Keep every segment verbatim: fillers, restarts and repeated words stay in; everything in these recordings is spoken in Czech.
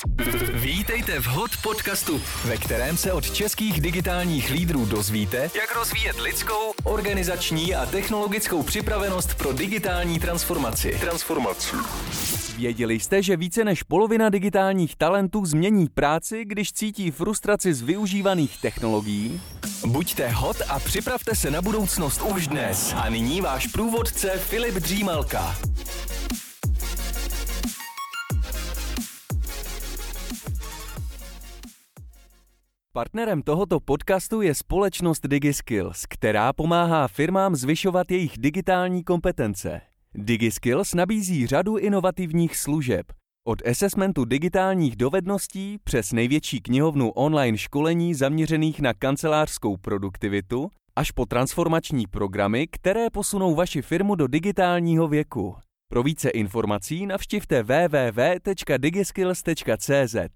Vítejte v Hot podcastu, ve kterém se od českých digitálních lídrů dozvíte, jak rozvíjet lidskou, organizační a technologickou připravenost pro digitální transformaci. Transformaci. Věděli jste, že více než polovina digitálních talentů změní práci, když cítí frustraci z využívaných technologií? Buďte hot a připravte se na budoucnost už dnes. A nyní váš průvodce Filip Dřímalka. Partnerem tohoto podcastu je společnost DigiSkills, která pomáhá firmám zvyšovat jejich digitální kompetence. DigiSkills nabízí řadu inovativních služeb. Od assessmentu digitálních dovedností přes největší knihovnu online školení zaměřených na kancelářskou produktivitu až po transformační programy, které posunou vaši firmu do digitálního věku. Pro více informací navštivte w w w tečka digiskills tečka c z.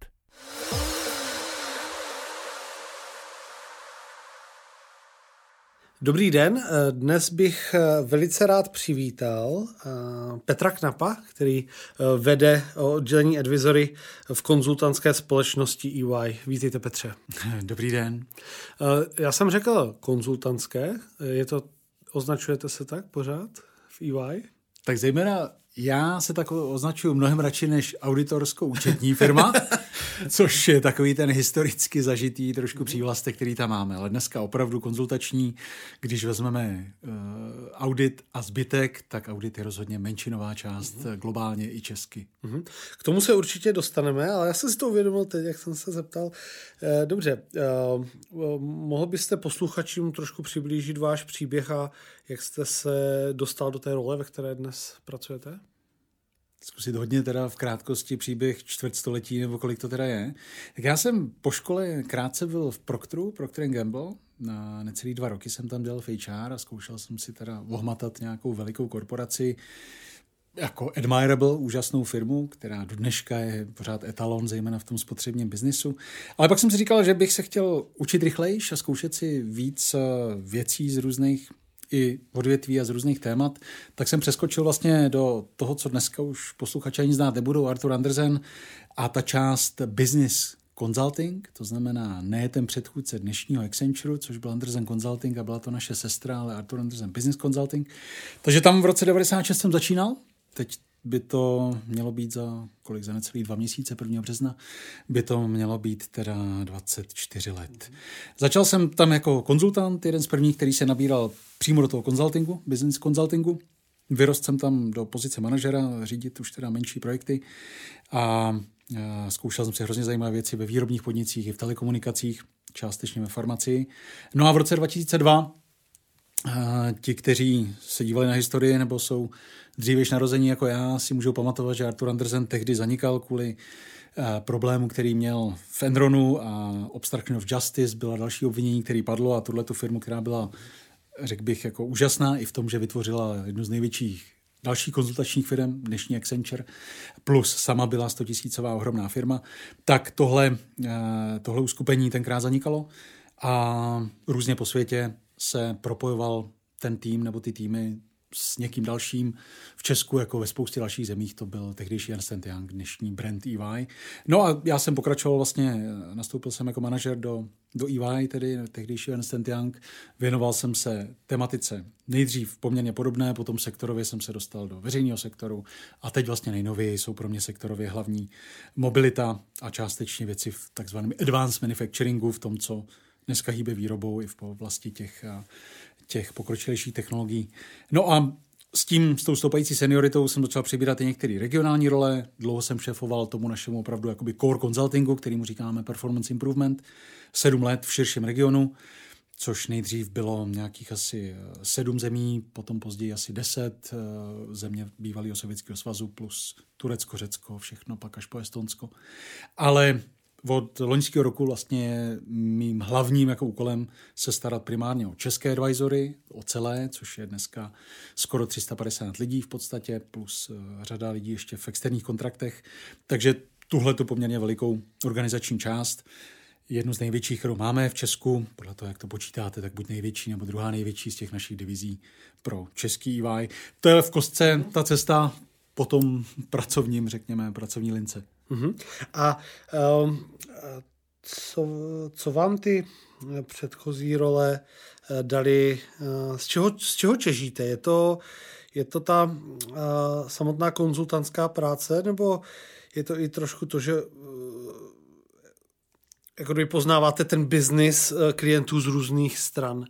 Dobrý den, dnes bych velice rád přivítal Petra Knapa, který vede oddělení advisory v konzultantské společnosti E Y. Vítejte, Petře. Dobrý den. Já jsem řekl konzultantské, je to, označujete se tak pořád v E Y? Tak zejména já se tak označuju mnohem radši než auditorsko-účetní firma, což je takový ten historicky zažitý trošku přívlastek, který tam máme. Ale dneska opravdu konzultační, když vezmeme uh, audit a zbytek, tak audit je rozhodně menšinová část uh-huh. globálně i česky. Uh-huh. K tomu se určitě dostaneme, ale já jsem si to uvědomil teď, jak jsem se zeptal. Uh, dobře, uh, uh, mohl byste posluchačům trošku přiblížit váš příběh a jak jste se dostal do té role, ve které dnes pracujete? Zkusit hodně teda v krátkosti příběh čtvrtstoletí, nebo kolik to teda je. Tak já jsem po škole krátce byl v Procteru, Procter and Gamble. Na necelý dva roky jsem tam dělal v H R a zkoušel jsem si teda ohmatat nějakou velikou korporaci jako Admirable, úžasnou firmu, která do dneška je pořád etalon, zejména v tom spotřebním biznisu. Ale pak jsem si říkal, že bych se chtěl učit rychlejš a zkoušet si víc věcí z různých i odvětví a z různých témat, tak jsem přeskočil vlastně do toho, co dneska už posluchači ani znát nebudou, Arthur Andersen, a ta část business consulting, to znamená ne ten předchůdce dnešního Accenture, což byl Andersen Consulting a byla to naše sestra, ale Arthur Andersen Business Consulting. Takže tam v roce devadesát šest jsem začínal, teď by to mělo být za kolik, za necelý dva měsíce, prvního března, by to mělo být teda dvacet čtyři let. Začal jsem tam jako konzultant, jeden z prvních, který se nabíral přímo do toho konzultingu, business consultingu. Vyrost jsem tam do pozice manažera, řídit už teda menší projekty a zkoušel jsem si hrozně zajímavé věci ve výrobních podnicích i v telekomunikacích, částečně ve farmacii. No a v roce dva tisíce dva ti, kteří se dívali na historii nebo jsou dřívějš narození jako já, si můžou pamatovat, že Arthur Andersen tehdy zanikal kvůli problému, který měl v Enronu a obstruction of justice byla další obvinění, který padlo a tuhletu firmu, která byla, řekl bych, jako úžasná i v tom, že vytvořila jednu z největších dalších konzultačních firm, dnešní Accenture, plus sama byla stotisícová ohromná firma, tak tohle, tohle uskupení tenkrát zanikalo a různě po světě se propojoval ten tým nebo ty týmy s někým dalším. V Česku, jako ve spoustě dalších zemích, to byl tehdejší Ernst and Young, dnešní brand E Y. No a já jsem pokračoval vlastně, nastoupil jsem jako manažer do, do E Y, tedy tehdejší Ernst and Young. Věnoval jsem se tematice nejdřív poměrně podobné, potom sektorově jsem se dostal do veřejného sektoru a teď vlastně nejnověji jsou pro mě sektorově hlavní mobilita a částečně věci v takzvaném advanced manufacturingu, v tom, co dneska hýbe výrobou i v oblasti těch, těch pokročilejších technologií. No a s tím, s tou stoupající senioritou jsem začal přibírat i některé regionální role. Dlouho jsem šéfoval tomu našemu opravdu jakoby core consultingu, kterýmu říkáme performance improvement. Sedm let v širším regionu, což nejdřív bylo nějakých asi sedm zemí, potom později asi deset země bývalého Sovětského svazu plus Turecko, Řecko, všechno pak až po Estonsko. Ale od loňského roku vlastně mým hlavním jako úkolem se starat primárně o české advisory, o celé, což je dneska skoro tři sta padesát lidí v podstatě, plus řada lidí ještě v externích kontraktech. Takže tuhle tu poměrně velikou organizační část, jednu z největších, kterou máme v Česku, podle toho, jak to počítáte, tak buď největší nebo druhá největší z těch našich divizí pro český E Y. To je v kostce ta cesta potom pracovním, řekněme, pracovní lince. Uh-huh. A um, co, co vám ty předchozí role dali, z čeho, z čeho těžíte? Je to, je to ta uh, samotná konzultantská práce, nebo je to i trošku to, že uh, jako kdyby poznáváte ten biznis uh, klientů z různých stran?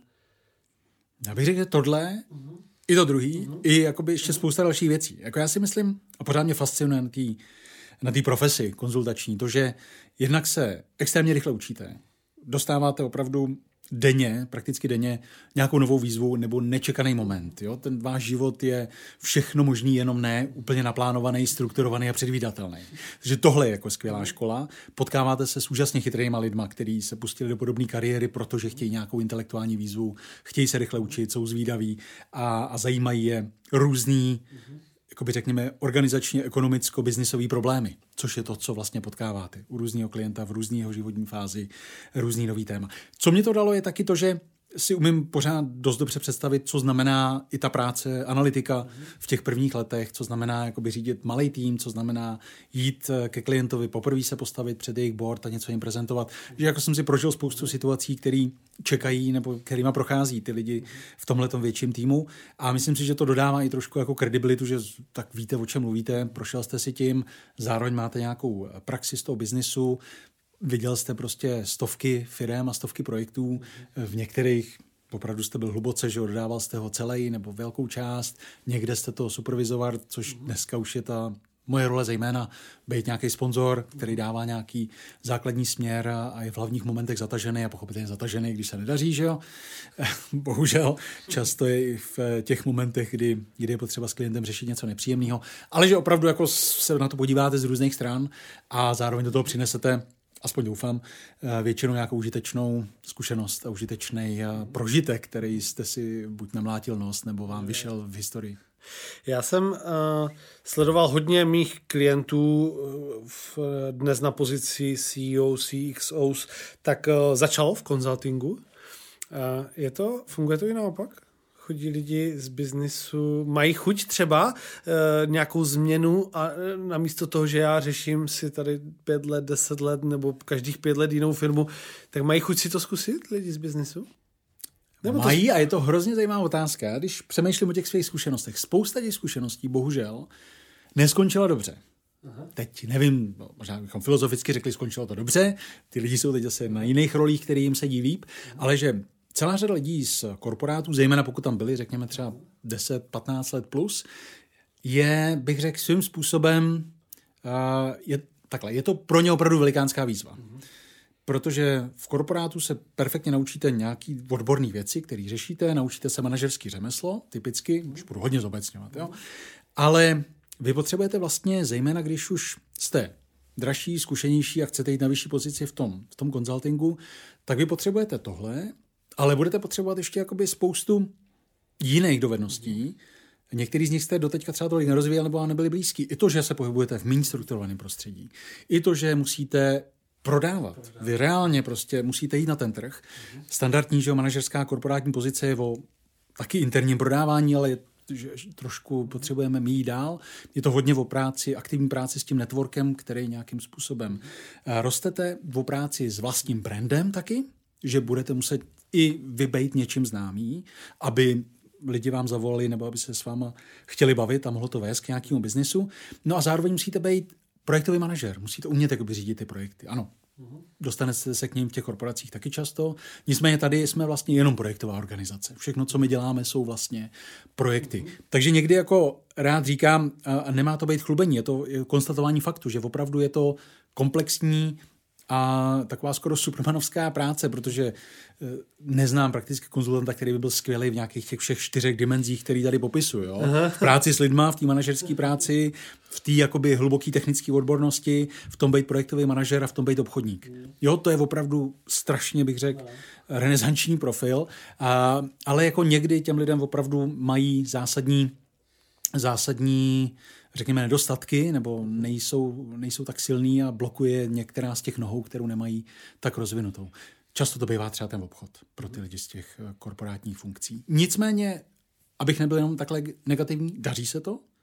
Já bych řekl, že tohle, uh-huh. i to druhý, uh-huh. i jakoby ještě spousta dalších věcí. Jako já si myslím, a pořád mě fascinuje na té na té profesi konzultační, to, že jednak se extrémně rychle učíte, dostáváte opravdu denně, prakticky denně, nějakou novou výzvu nebo nečekaný moment. Jo? Ten váš život je všechno možný, jenom ne úplně naplánovaný, strukturovaný a předvídatelný. Takže tohle je jako skvělá škola. Potkáváte se s úžasně chytrýma lidma, kteří se pustili do podobné kariéry, protože chtějí nějakou intelektuální výzvu, chtějí se rychle učit, jsou zvídaví a, a zajímají je různý, jakoby řekněme, organizačně, ekonomicko-biznisový problémy, což je to, co vlastně potkáváte u různého klienta v různého životní fázi, různý nový téma. Co mě to dalo, je taky to, že si umím pořád dost dobře představit, co znamená i ta práce analytika v těch prvních letech, co znamená jakoby řídit malý tým, co znamená jít ke klientovi, poprvé se postavit před jejich board a něco jim prezentovat. Že jako jsem si prožil spoustu situací, které čekají nebo kterýma prochází ty lidi v tomhletom větším týmu a myslím si, že to dodává i trošku jako kredibilitu, že tak víte, o čem mluvíte, prošel jste si tím, zároveň máte nějakou praxi z toho biznisu, viděl jste prostě stovky firem a stovky projektů, v některých opravdu jste byl hluboce, že dodával jste ho celý nebo velkou část, někde jste to supervizoval, což dneska už je ta moje role zejména být nějaký sponzor, který dává nějaký základní směr a je v hlavních momentech zatažený a pochopitelně zatažený, když se nedaří, že jo. Bohužel často je i v těch momentech, kdy, kdy je potřeba s klientem řešit něco nepříjemného, ale že opravdu jako se na to podíváte z různých stran a zároveň do toho přinesete, aspoň doufám, většinou nějakou užitečnou zkušenost a užitečný prožitek, který jste si buď namlátil nos, nebo vám vyšel v historii. Já jsem uh, sledoval hodně mých klientů v, dnes na pozici C E O, C X Os, tak uh, začalo v konzultingu. Uh, je to, funguje to i naopak? Chodí lidi z biznisu, mají chuť třeba e, nějakou změnu a e, namísto toho, že já řeším si tady pět let, deset let nebo každých pět let jinou firmu, tak mají chuť si to zkusit lidi z biznisu? Nebo mají to... a je to hrozně zajímavá otázka. Když přemýšlím o těch svých zkušenostech, spousta těch zkušeností bohužel neskončila dobře. Aha. Teď nevím, možná bychom filozoficky řekli, skončilo to dobře, ty lidi jsou teď zase na jiných rolích, které jim sedí líp, Aha. ale že celá řada lidí z korporátů, zejména pokud tam byli, řekněme třeba deset patnáct let plus, je, bych řekl, svým způsobem, uh, je, takhle, je to pro ně opravdu velikánská výzva. Mm-hmm. Protože v korporátu se perfektně naučíte nějaký odborný věci, které řešíte, naučíte se manažerský řemeslo, typicky, už budu hodně zobecňovat, jo? Ale vy potřebujete vlastně, zejména když už jste dražší, zkušenější a chcete jít na vyšší pozici v tom, v tom konzultingu, tak vy potřebujete tohle, ale budete potřebovat ještě jakoby spoustu jiných dovedností. Některý z nich jste doteďka třeba tolik nerozvíjeli nebo nebyli blízký. I to, že se pohybujete v méně strukturovaném prostředí. I to, že musíte prodávat. Vy reálně prostě musíte jít na ten trh. Standardní, že manažerská korporátní pozice je o taky interním prodávání, ale je, že trošku potřebujeme mít dál. Je to hodně o práci, aktivní práci s tím networkem, který nějakým způsobem rostete, o práci s vlastním brandem taky, že budete muset i vybejt něčím známý, aby lidi vám zavolali nebo aby se s váma chtěli bavit a mohlo to vést k nějakému biznesu. No a zároveň musíte být projektový manažer, musíte umět jakoby řídit ty projekty. Ano, dostanete se k ním v těch korporacích taky často, nicméně tady jsme vlastně jenom projektová organizace. Všechno, co my děláme, jsou vlastně projekty. Takže někdy jako rád říkám, a nemá to být chlubení, je to konstatování faktu, že opravdu je to komplexní a taková skoro supermanovská práce, protože neznám prakticky konzultanta, který by byl skvělý v nějakých těch všech čtyřech dimenzích, který tady popisuju. Jo? V práci s lidma, v té manažerské práci, v té jakoby hluboké technické odbornosti, v tom být projektový manažer a v tom být obchodník. Jo, to je opravdu strašně, bych řekl, renesanční profil, a, ale jako někdy těm lidem opravdu mají zásadní zásadní řekněme, nedostatky, nebo nejsou, nejsou tak silný a blokuje některá z těch nohou, kterou nemají tak rozvinutou. Často to bývá třeba ten obchod pro ty lidi z těch korporátních funkcí. Nicméně, abych nebyl jenom takhle negativní, daří se to.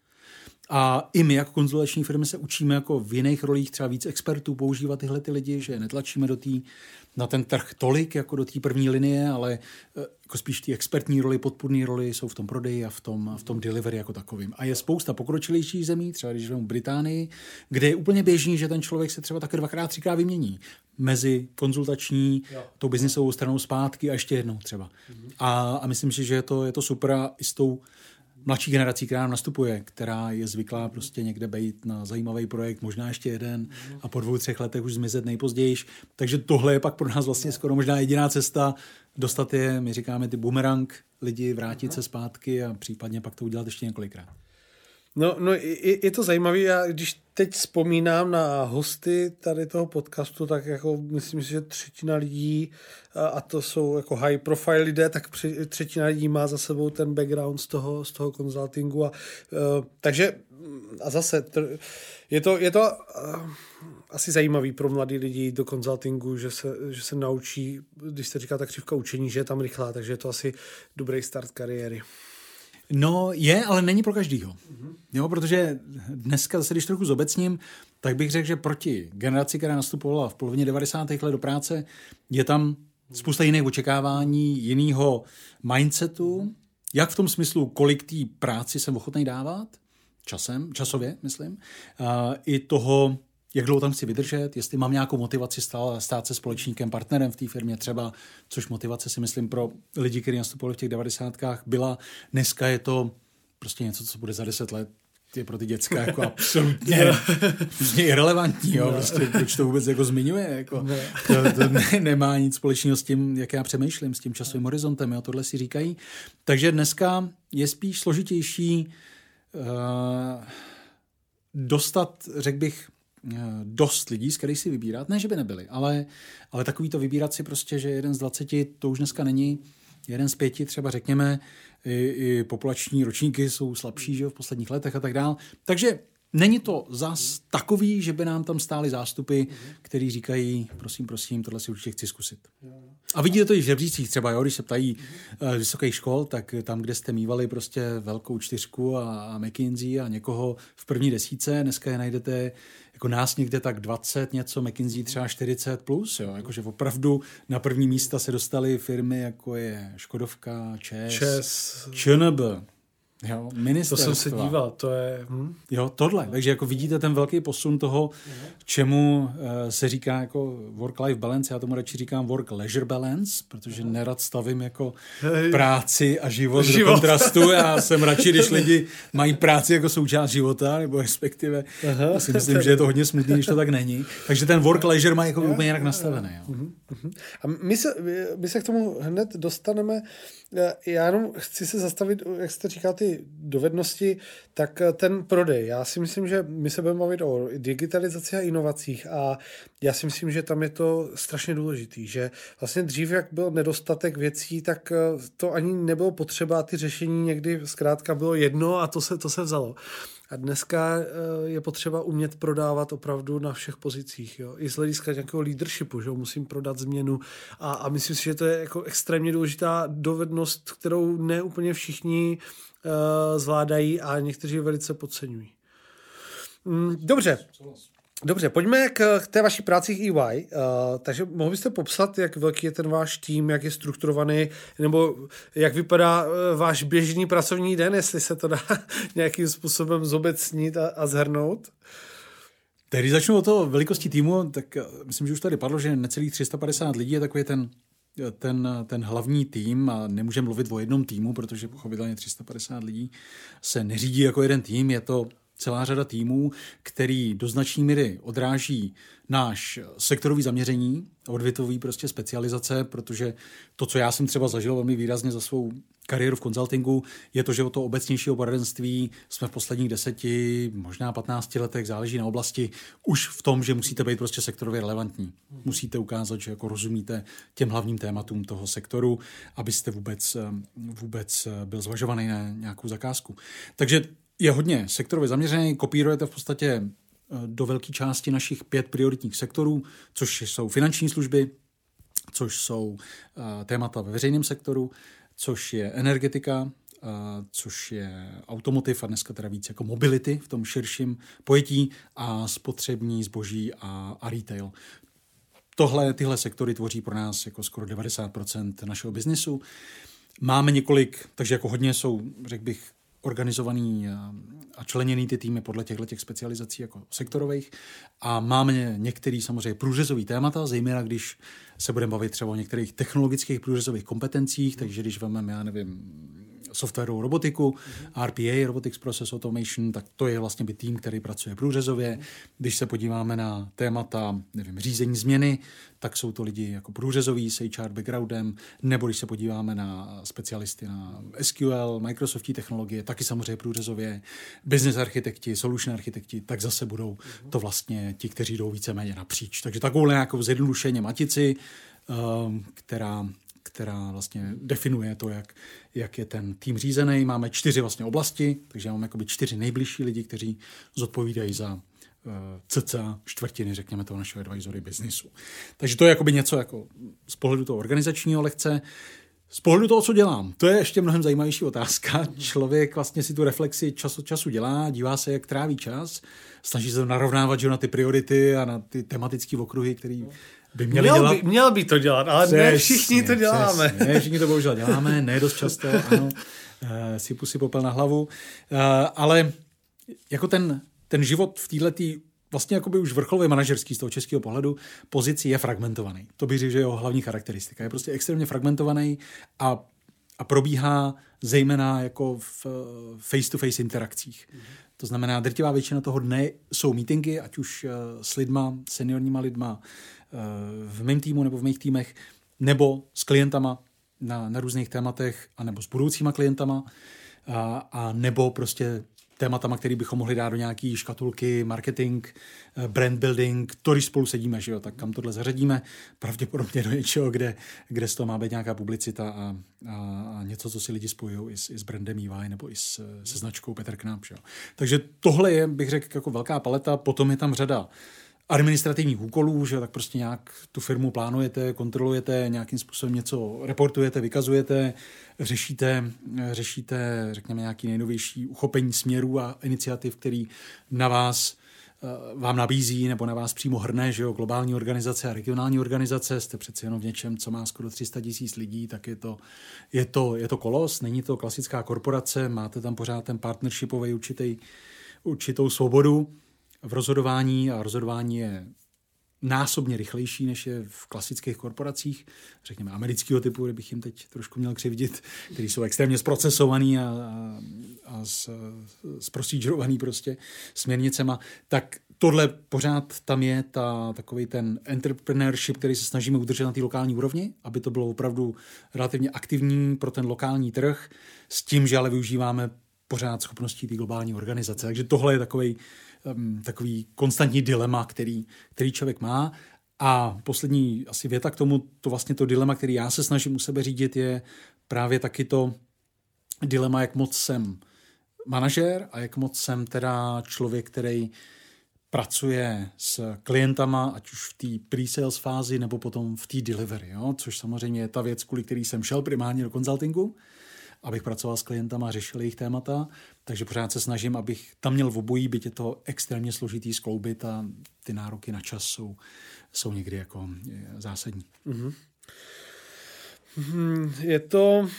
A i my jako konzultační firmy se učíme jako v jiných rolích třeba víc expertů používat tyhle ty lidi, že netlačíme do tý, na ten trh tolik jako do té první linie, ale jako spíš ty expertní roli, podpůrné roli jsou v tom prodeji a v tom, v tom delivery jako takovým. A je spousta pokročilejších zemí, třeba když vezmu Británii, kde je úplně běžný, že ten člověk se třeba také dvakrát, třikrát vymění mezi konzultační, jo. tou biznisovou stranou zpátky a ještě jednou třeba. Mhm. A, a myslím si, že je to, je to super a i s tou mladší generací, která nám nastupuje, která je zvyklá prostě někde bejt na zajímavý projekt, možná ještě jeden a po dvou, třech letech už zmizet nejpozději. Takže tohle je pak pro nás vlastně skoro možná jediná cesta dostat je, my říkáme ty boomerang, lidi vrátit se zpátky a případně pak to udělat ještě několikrát. No, no je, je to zajímavé. Já když teď vzpomínám na hosty tady toho podcastu, tak jako myslím si, že třetina lidí, a to jsou jako high profile lidé, tak třetina lidí má za sebou ten background z toho, z toho consultingu. A, uh, takže a zase je to, je to uh, asi zajímavý pro mladý lidi do consultingu, že se, že se naučí, když se říká ta křivka učení, že je tam rychlá, takže je to asi dobrý start kariéry. No je, ale není pro každýho. Mm-hmm. Jo, protože dneska zase, když trochu zobecním, tak bych řekl, že proti generaci, která nastupovala v polovině devadesátých let do práce, je tam spousta jiných očekávání, jinýho mindsetu, mm-hmm. jak v tom smyslu, kolik té práci jsem ochotný dávat, časem, časově, myslím, a i toho, jak dlouho tam chci vydržet, jestli mám nějakou motivaci stát, stát se společníkem, partnerem v té firmě třeba, což motivace si myslím pro lidi, kteří nastupovali v těch devadesátkách byla. Dneska je to prostě něco, co bude za deset let, je pro ty děcka jako absolutně irrelevantní. Jo? Prostě, proč to vůbec jako zmiňuje? Jako, to, to ne, nemá nic společného s tím, jak já přemýšlím, s tím časovým horizontem. Jo? Tohle si říkají. Takže dneska je spíš složitější uh, dostat, řekl bych, dost lidí, z kterých si vybírat. Ne, že by nebyli, ale, ale takový to vybírat si prostě, že jeden z dvaceti, to už dneska není, jeden z pěti třeba řekněme, i, i populační ročníky jsou slabší, že v posledních letech a tak dál. Takže není to zas takový, že by nám tam stály zástupy, který říkají, prosím, prosím, tohle si určitě chci zkusit. A vidíte to i v žebřících třeba, jo, když se ptají uh, vysokých škol, tak tam, kde jste mívali prostě velkou čtyřku a, a McKinsey a někoho v první desíce, dneska je najdete jako nás někde tak dvacet něco, McKinsey třeba čtyřicet plus, jo, jakože opravdu na první místa se dostaly firmy, jako je Škodovka, ČES, ČES. ČNB, jo, ministerstva. To jsem se díval, to je... Hm? Jo, tohle. Takže jako vidíte ten velký posun toho, čemu uh, se říká jako work-life balance. Já tomu radši říkám work-leisure balance, protože nerad stavím jako práci a život, život. do kontrastu. Já jsem radši, když lidi mají práci jako součást života, nebo respektive Aha. si myslím, že je to hodně smutný, když to tak není. Takže ten work-leisure má jako úplně jinak nastavený. Jo. A my se, my se k tomu hned dostaneme. Já jenom chci se zastavit, jak jste říkal, ty dovednosti, tak ten prodej. Já si myslím, že my se budeme bavit o digitalizaci a inovacích a já si myslím, že tam je to strašně důležitý, že vlastně dřív, jak byl nedostatek věcí, tak to ani nebylo potřeba, ty řešení někdy zkrátka bylo jedno a to se, to se vzalo. A dneska je potřeba umět prodávat opravdu na všech pozicích. Jo? I z hlediska nějakého leadershipu, že musím prodat změnu. A, a myslím si, že to je jako extrémně důležitá dovednost, kterou ne úplně všichni uh, zvládají a někteří velice podceňují. Mm, dobře. Dobře, pojďme k, k té vaší práci k E Y. Uh, takže mohl byste popsat, jak velký je ten váš tým, jak je strukturovaný, nebo jak vypadá uh, váš běžný pracovní den, jestli se to dá nějakým způsobem zobecnit a, a zhrnout? Tak když začnu o toho velikosti týmu, tak myslím, že už tady padlo, že necelých tři sta padesát lidí je takový ten, ten, ten hlavní tým a nemůžeme mluvit o jednom týmu, protože pochopitelně tři sta padesát lidí se neřídí jako jeden tým, je to celá řada týmů, který do značné míry odráží náš sektorový zaměření, odvětvový prostě specializace, protože to, co já jsem třeba zažil velmi výrazně za svou kariéru v konzultingu, je to, že o to obecnějšího poradenství jsme v posledních deseti, možná patnácti letech, záleží na oblasti, už v tom, že musíte být prostě sektorově relevantní. Musíte ukázat, že jako rozumíte těm hlavním tématům toho sektoru, abyste vůbec, vůbec byl zvažovaný na nějakou zakázku. Takže je hodně sektorově zaměřený, kopírujete v podstatě do velké části našich pět prioritních sektorů, což jsou finanční služby, což jsou témata ve veřejném sektoru, což je energetika což je automotiv a dneska teda víc jako mobility v tom širším pojetí a spotřební zboží a, a retail. Tohle, tyhle sektory tvoří pro nás jako skoro devadesát procent našeho biznisu. Máme několik, takže jako hodně jsou, řekl bych, organizovaný a členěný ty týmy podle těchto těch specializací jako sektorových a máme některý samozřejmě průřezový témata, zejména když se budeme bavit třeba o některých technologických průřezových kompetencích, takže když vezmeme, já nevím, softwarovou robotiku, mm-hmm. R P A, Robotics Process Automation, tak to je vlastně by tým, který pracuje průřezově. Mm-hmm. Když se podíváme na témata, nevím, řízení změny, tak jsou to lidi jako průřezoví s H R backgroundem, nebo když se podíváme na specialisty na S Q L, Microsoftí technologie, taky samozřejmě průřezově, business architekti, solution architekti, tak zase budou mm-hmm. to vlastně ti, kteří jdou víceméně napříč. Takže takovou nějakou zjednodušeně matici, která která vlastně definuje to, jak, jak je ten tým řízený. Máme čtyři vlastně oblasti, takže máme jakoby čtyři nejbližší lidi, kteří zodpovídají za uh, cca čtvrtiny, řekněme, toho našeho advisory businessu. Takže to je jakoby něco jako z pohledu toho organizačního lehce. Z pohledu toho, co dělám, to je ještě mnohem zajímavější otázka. Člověk vlastně si tu reflexi čas od času dělá, dívá se, jak tráví čas, snaží se to narovnávat, že na ty priority a na ty tematické okruhy, které by měli měl dělat. By, měl by to dělat, ale přesně, ne všichni to děláme. Přesně, ne všichni to bohužel děláme, ne dost často, ano. Uh, sypu si popel na hlavu. Uh, ale jako ten, ten život v této vlastně jakoby už vrcholově manažerský z toho českého pohledu pozici je fragmentovaný. To bych řekl, že je jeho hlavní charakteristika. Je prostě extrémně fragmentovaný a, a probíhá zejména jako v face-to-face interakcích. Mm-hmm. To znamená, drtivá většina toho dne jsou meetingy, ať už s lidma, seniorníma lidma v mém týmu nebo v mých týmech, nebo s klientama na, na různých tématech, anebo s budoucíma klientama, a, a nebo prostě tématama, které bychom mohli dát do nějaký škatulky, marketing, brand building, to, když spolu sedíme, že jo, tak kam tohle zařadíme, pravděpodobně do něčeho, kde, kde z toho má být nějaká publicita a, a, a něco, co si lidi spojují i s, i s brandem E Y nebo i s, se značkou Petr Knap, že jo. Takže tohle je, bych řekl, jako velká paleta, potom je tam řada administrativních úkolů, že tak prostě nějak tu firmu plánujete, kontrolujete, nějakým způsobem něco reportujete, vykazujete, řešíte, řešíte, řekněme, nějaký nejnovější uchopení směrů a iniciativ, který na vás vám nabízí nebo na vás přímo hrne, že jo, globální organizace a regionální organizace, jste přeci jenom v něčem, co má skoro tři sta tisíc lidí, tak je to, je to, je to kolos, není to klasická korporace, máte tam pořád ten partnershipový určitý, určitou svobodu v rozhodování a rozhodování je násobně rychlejší, než je v klasických korporacích, řekněme amerického typu, kde bych jim teď trošku měl křivdit, který jsou extrémně zprocesovaný a, a, a zprocedurovaný prostě směrnicema, tak tohle pořád tam je ta, takový ten entrepreneurship, který se snažíme udržet na té lokální úrovni, aby to bylo opravdu relativně aktivní pro ten lokální trh, s tím, že ale využíváme pořád schopností té globální organizace. Takže tohle je takový um, takový konstantní dilema, který, který člověk má. A poslední asi věta k tomu, to vlastně to dilema, který já se snažím u sebe řídit, je právě taky to dilema, jak moc jsem manažer a jak moc jsem teda člověk, který pracuje s klientama, ať už v té pre-sales fázi, nebo potom v té delivery, jo? Což samozřejmě je ta věc, kvůli který jsem šel primárně do konzultingu, abych pracoval s klientama a řešil jejich témata, takže pořád se snažím, abych tam měl v obojí, byť je to extrémně složitý skloubit a ty nároky na čas jsou, jsou někdy jako zásadní. Mm-hmm. Je to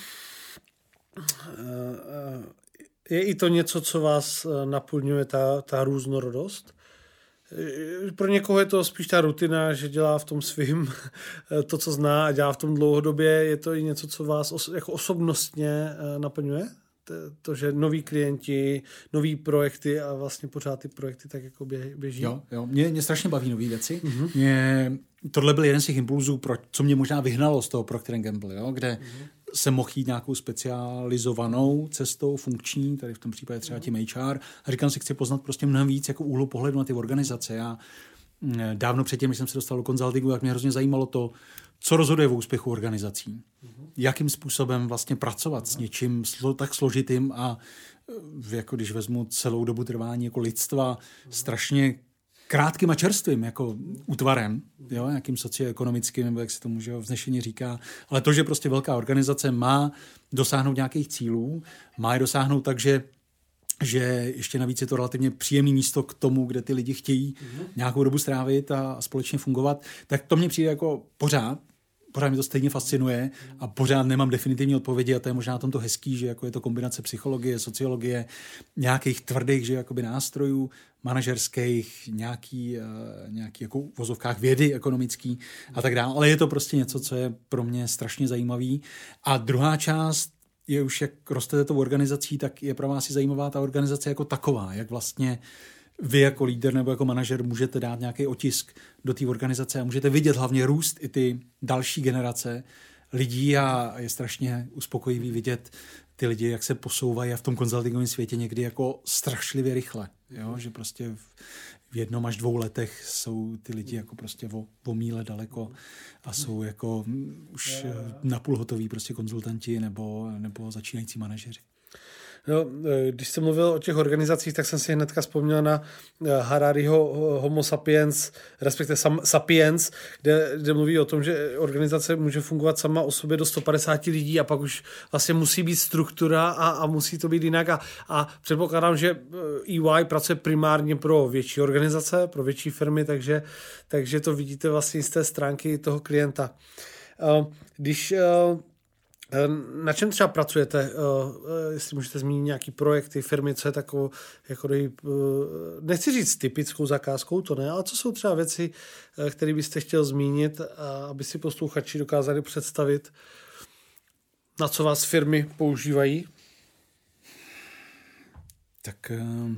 je i to něco, co vás naplňuje, ta, ta různorodost? Pro někoho je to spíš ta rutina, že dělá v tom svým to, co zná a dělá v tom dlouhodobě. Je to i něco, co vás os, jako osobnostně naplňuje? To, že noví klienti, noví projekty a vlastně pořád ty projekty tak jako běží? Jo, jo. Mě, mě strašně baví nový věci. Mm-hmm. Mě, tohle byl jeden z těch impulzů, pro, co mě možná vyhnalo z toho Procter and Gamble, jo, kde mm-hmm. jsem mohl jít nějakou specializovanou cestou, funkční, tady v tom případě třeba tím H R, a říkám si, chci poznat prostě mnohem víc jako úhlu pohledu na ty organizace. Já dávno předtím, když jsem se dostal do konzultingu, tak mě hrozně zajímalo to, co rozhoduje v úspěchu organizací. Mm-hmm. Jakým způsobem vlastně pracovat mm-hmm. s něčím slo, tak složitým a jako když vezmu celou dobu trvání jako lidstva, mm-hmm. strašně krátkým a čerstvým jako útvarem, jo, nějakým socioekonomickým, nebo jak se to může vznešeně říká, ale to, že prostě velká organizace má dosáhnout nějakých cílů, má je dosáhnout tak, že že ještě navíc je to relativně příjemné místo k tomu, kde ty lidi chtějí mm-hmm. nějakou dobu strávit a, a společně fungovat, tak to mně přijde jako pořád, pořád mě to stejně fascinuje a pořád nemám definitivní odpovědi a to je možná na tom to hezký, že jako je to kombinace psychologie, sociologie, nějakých tvrdých, že jakoby nástrojů, manažerských, nějaký, uh, nějaký jako v vozovkách vědy ekonomický a tak dále, ale je to prostě něco, co je pro mě strašně zajímavý. A druhá část je už, jak rostete tou organizací, tak je pro vás i zajímavá ta organizace jako taková, jak vlastně vy jako líder nebo jako manažer můžete dát nějaký otisk do té organizace a můžete vidět hlavně růst i ty další generace lidí a je strašně uspokojivý vidět ty lidi, jak se posouvají a v tom konzultingovém světě někdy jako strašlivě rychle, jo? Že prostě v jednom až dvou letech jsou ty lidi jako prostě o, o míle daleko a jsou jako už napůl hotoví prostě konzultanti nebo, nebo začínající manažeři. No, když jsem mluvil o těch organizacích, tak jsem si hnedka vzpomněl na Harariho Homo sapiens, respektive Sapiens, kde, kde mluví o tom, že organizace může fungovat sama o sobě do sto padesát lidí a pak už vlastně musí být struktura a, a musí to být jinak. A, a předpokládám, že E Y pracuje primárně pro větší organizace, pro větší firmy, takže, takže to vidíte vlastně z té stránky toho klienta. Když na čem třeba pracujete? Jestli můžete zmínit nějaký projekty, firmy, co je takovou, jako dej, nechci říct typickou zakázkou, to ne, ale co jsou třeba věci, které byste chtěl zmínit, aby si posluchači dokázali představit, na co vás firmy používají? Tak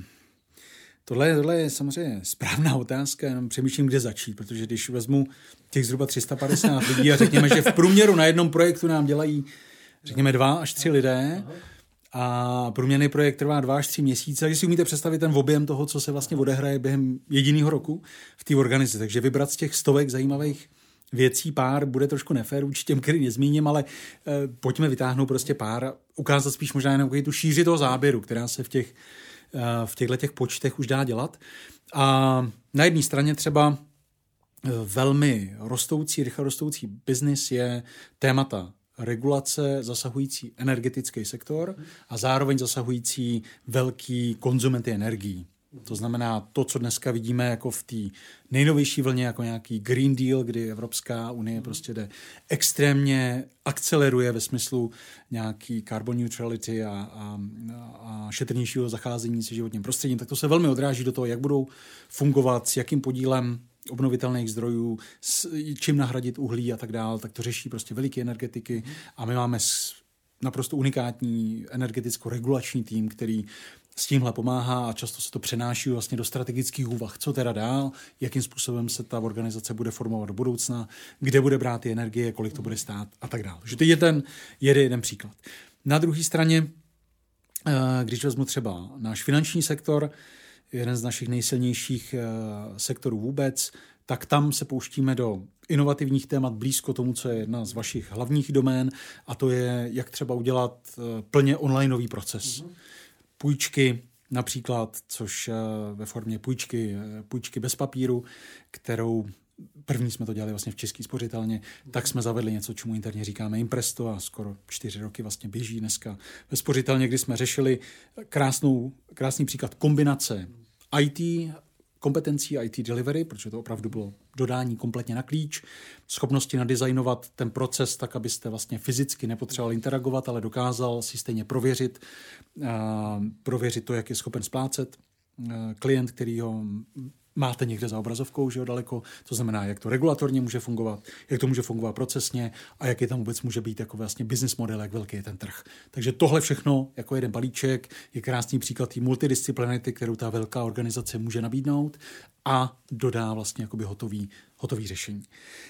tohle, tohle je samozřejmě správná otázka, jenom přemýšlím, kde začít, protože když vezmu těch zhruba tři sta padesát lidí a řekněme, že v průměru na jednom projektu nám dělají, řekněme, dva až tři lidé a průměrný projekt trvá dva až tři měsíce, takže si umíte představit ten objem toho, co se vlastně odehraje během jediného roku v té organizaci. Takže vybrat z těch stovek zajímavých věcí pár bude trošku nefér vůči těm, který nezmíním, ale eh, pojďme vytáhnout prostě pár, ukázat spíš možná jenom tu šíři toho záběru, která se v těch v těchto těch počtech už dá dělat. A na jedné straně třeba velmi rostoucí, rychle rostoucí biznis je témata regulace zasahující energetický sektor a zároveň zasahující velký konzumenty energií. To znamená to, co dneska vidíme jako v té nejnovější vlně, jako nějaký Green Deal, kdy Evropská unie prostě jde extrémně akceleruje ve smyslu nějaký carbon neutrality a, a, a šetrnějšího zacházení se životním prostředím, tak to se velmi odráží do toho, jak budou fungovat, s jakým podílem obnovitelných zdrojů, s čím nahradit uhlí a tak dále, tak to řeší prostě veliké energetiky a my máme naprosto unikátní energeticko-regulační tým, který s tímhle pomáhá a často se to přenáší vlastně do strategických úvah. Co teda dál, jakým způsobem se ta organizace bude formovat do budoucna, kde bude brát ty energie, kolik to bude stát a tak dále. Takže to je ten jeden příklad. Na druhé straně, když vezmu třeba náš finanční sektor, jeden z našich nejsilnějších sektorů vůbec, tak tam se pouštíme do inovativních témat blízko tomu, co je jedna z vašich hlavních domén, a to je, jak třeba udělat plně onlineový proces. Mm-hmm. Půjčky například, což ve formě půjčky, půjčky bez papíru, kterou první jsme to dělali vlastně v České spořitelně, tak jsme zavedli něco, čemu interně říkáme Impresto a skoro čtyři roky vlastně běží dneska ve spořitelně, kdy jsme řešili krásnou, krásný příklad kombinace í té, kompetencí í té delivery, protože to opravdu bylo dodání kompletně na klíč, schopnosti nadizajnovat ten proces tak, abyste vlastně fyzicky nepotřeboval interagovat, ale dokázal si stejně prověřit, uh, prověřit to, jak je schopen splácet uh, klient, který ho máte někde za obrazovkou, že jo, daleko, to znamená, jak to regulatorně může fungovat, jak to může fungovat procesně a jaký tam vůbec může být jako vlastně business model, jak velký je ten trh. Takže tohle všechno jako jeden balíček je krásný příklad té multidisciplinarity, kterou ta velká organizace může nabídnout a dodá vlastně jakoby hotový, hotový řešení.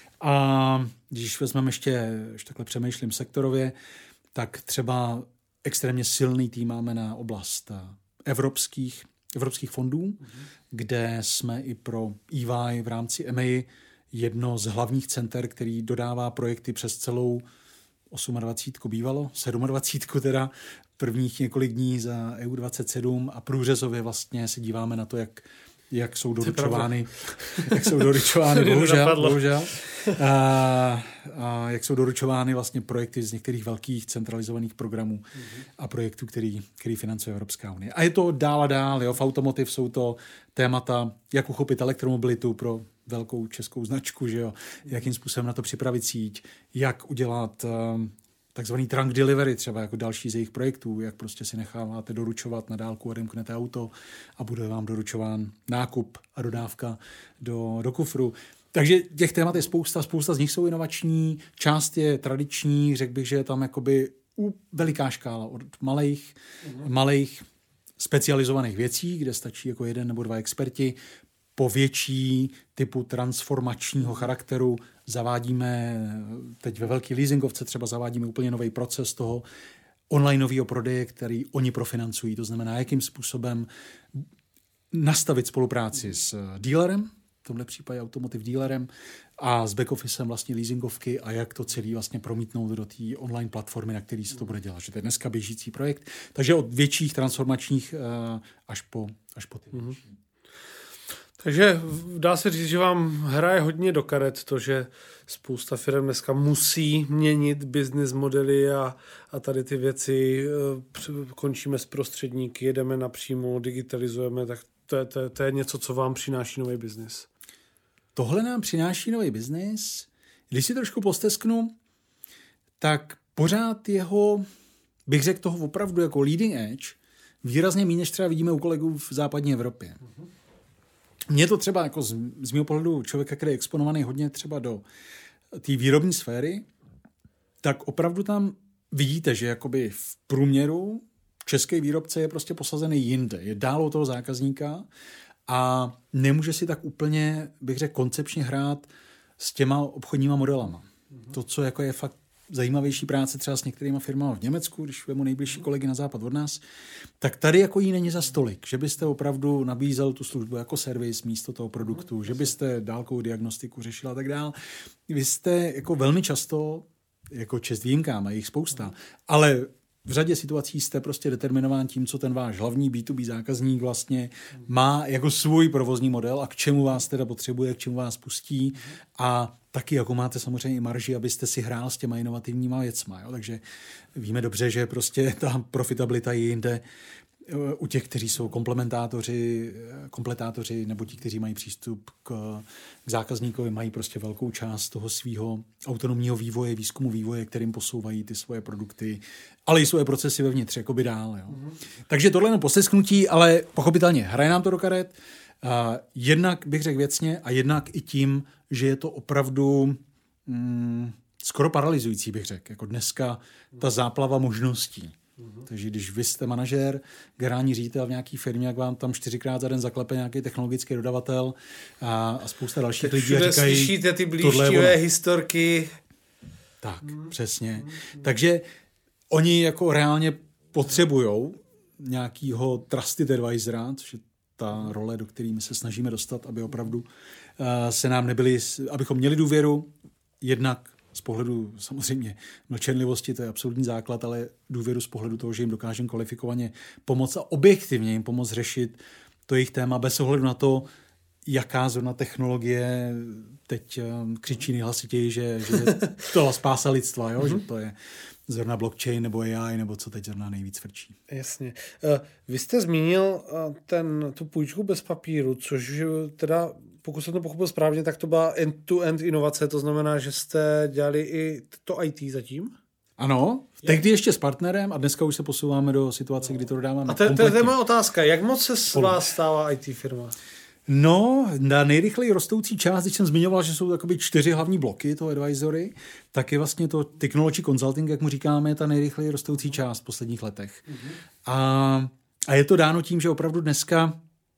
A když vezmeme ještě, ještě takhle přemýšlím sektorově, tak třeba extrémně silný tým máme na oblast evropských evropských fondů, mm-hmm. kde jsme i pro E Y v rámci E M E I jedno z hlavních center, který dodává projekty přes celou dvacet osm bývalo, dvacet sedm teda, prvních několik dní za E U dvacet sedm a průřezově vlastně se díváme na to, jak jak jsou doručovány, jak jsou doručovány, bohužel, bohužel, a, a jak jsou doručovány vlastně projekty z některých velkých centralizovaných programů mm-hmm. a projektů, který, který financuje Evropská unie. A je to dál a dál, jo, v automotiv jsou to témata, jak uchopit elektromobilitu pro velkou českou značku, že jo, jakým způsobem na to připravit síť, jak udělat um, takzvaný trunk delivery, třeba jako další z jejich projektů, jak prostě si necháváte doručovat na dálku, odemknete auto a bude vám doručován nákup a dodávka do, do kufru. Takže těch témat je spousta, spousta z nich jsou inovační, část je tradiční, řekl bych, že je tam jakoby veliká škála od malých, mm-hmm. malých specializovaných věcí, kde stačí jako jeden nebo dva experti, po větší typu transformačního charakteru zavádíme, teď ve velký leasingovce třeba zavádíme úplně nový proces toho onlineového prodeje, který oni profinancují. To znamená, jakým způsobem nastavit spolupráci s dealerem, v tomhle případě automotive dealerem, a s back-officem vlastně leasingovky a jak to celý vlastně promítnout do té online platformy, na který se to bude dělat. Že to je dneska běžící projekt. Takže od větších transformačních až po, až po ty mm-hmm. Takže dá se říct, že vám hraje hodně do karet to, že spousta firm dneska musí měnit business modely a, a tady ty věci, končíme s prostředníky, jedeme napřímo, digitalizujeme, tak to je, to, je, to je něco, co vám přináší nový biznis. Tohle nám přináší nový biznis. Když si trošku postesknu, tak pořád jeho, bych řekl toho opravdu jako leading edge, výrazně méně, než třeba vidíme u kolegů v západní Evropě. Uh-huh. Mně to třeba jako z, z mého pohledu člověka, který je exponovaný hodně třeba do té výrobní sféry, tak opravdu tam vidíte, že jakoby v průměru český výrobce je prostě posazený jinde, je dál od toho zákazníka a nemůže si tak úplně, bych řekl, koncepčně hrát s těma obchodníma modelama. Mm-hmm. To, co jako je fakt zajímavější práce třeba s některýma firmami v Německu, když vemu nejbližší kolegy na západ od nás, tak tady jako jí není za stolik, že byste opravdu nabízel tu službu jako servis místo toho produktu, že byste dálkovou diagnostiku řešil a tak dál. Vy jste jako velmi často, jako čest výjimkám, a jich spousta, ale v řadě situací jste prostě determinován tím, co ten váš hlavní bé dvě bé zákazník vlastně má jako svůj provozní model a k čemu vás teda potřebuje, k čemu vás pustí a taky jako máte samozřejmě i marži, abyste si hrál s těma inovativníma věcma. Jo? Takže víme dobře, že prostě ta profitabilita je jinde u těch, kteří jsou komplementátoři, kompletátoři nebo ti, kteří mají přístup k, k zákazníkovi, mají prostě velkou část toho svého autonomního vývoje, výzkumu vývoje, kterým posouvají ty svoje produkty, ale i svoje procesy vevnitř, jakoby dál. Jo. Mm-hmm. Takže tohle jenom postesknutí, ale pochopitelně hraje nám to do karet. Uh, jednak bych řekl věcně a jednak i tím, že je to opravdu mm, skoro paralyzující, bych řekl. Jako dneska ta záplava možností. Uhum. Takže když vy jste manažer, generální ředitel v nějaké firmě, jak vám tam čtyřikrát za den zaklepe nějaký technologický dodavatel a, a spousta dalších teď lidí a říkají... slyšíte ty blížtivé historky. Tak, hmm. přesně. Hmm. Takže oni jako reálně potřebujou nějakýho trusted advisora, což je ta role, do které my se snažíme dostat, aby opravdu uh, se nám nebyli, abychom měli důvěru, jednak z pohledu samozřejmě mlčenlivosti, to je absolutní základ, ale důvěru z pohledu toho, že jim dokážeme kvalifikovaně pomoct a objektivně jim pomoct řešit to jejich téma bez ohledu na to, jaká zrovna technologie teď křičí nejhlasitěji, že, že to spása lidstva, jo? Že to je zrovna blockchain nebo á í, nebo co teď zrovna nejvíc frčí. Jasně. Vy jste zmínil ten, tu půjčku bez papíru, což teda, pokud jsem to pochopil správně, tak to byla end-to-end inovace, to znamená, že jste dělali i to í té zatím? Ano, tehdy ještě s partnerem a dneska už se posouváme do situace, kdy to dodáváme. A to, to je moje otázka, jak moc se z vás stává í té firma? No, na nejrychleji rostoucí část, když jsem zmiňoval, že jsou takoby čtyři hlavní bloky toho advisory, tak je vlastně to technology consulting, jak mu říkáme, ta nejrychleji rostoucí část v posledních letech. Mm-hmm. A, a je to dáno tím, že opravdu dneska,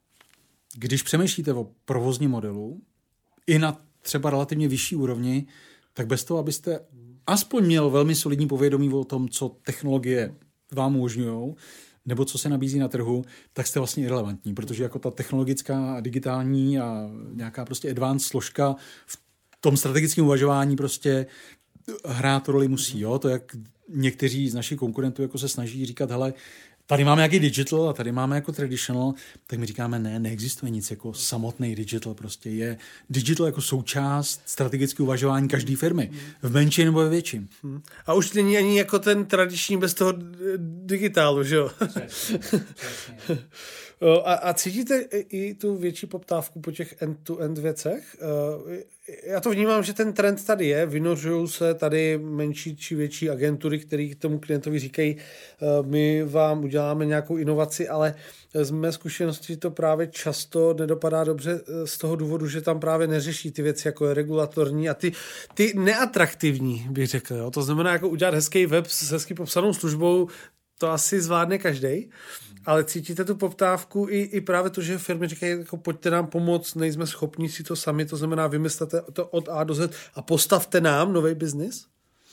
když přemýšlíte o provozním modelu, i na třeba relativně vyšší úrovni, tak bez toho, abyste aspoň měl velmi solidní povědomí o tom, co technologie vám umožňují, nebo co se nabízí na trhu, tak jste vlastně irelevantní, protože jako ta technologická, digitální a nějaká prostě advanced složka v tom strategickém uvažování prostě hrát roli musí. Jo? To, jak někteří z našich konkurentů jako se snaží říkat, hele, tady máme nějaký digital a tady máme jako traditional, tak my říkáme, ne, neexistuje nic jako samotný digital, prostě je digital jako součást strategického uvažování každé firmy, v menší nebo ve větším. Hmm. A už není ani jako ten tradiční bez toho digitálu, že jo? Přesně, přesně. A, a cítíte i tu větší poptávku po těch end-to-end věcech? Já to vnímám, že ten trend tady je, vynořují se tady menší či větší agentury, které tomu klientovi říkají, my vám uděláme nějakou inovaci, ale z mé zkušenosti to právě často nedopadá dobře z toho důvodu, že tam právě neřeší ty věci, jako je regulatorní a ty, ty neatraktivní, bych řekl. Jo? To znamená, jako udělat hezký web s hezky popsanou službou, to asi zvládne každej. Ale cítíte tu poptávku i, i právě to, že firmy říkají, jako pojďte nám pomoct, nejsme schopni si to sami, to znamená vymyslete to od A do Z a postavte nám nový biznis?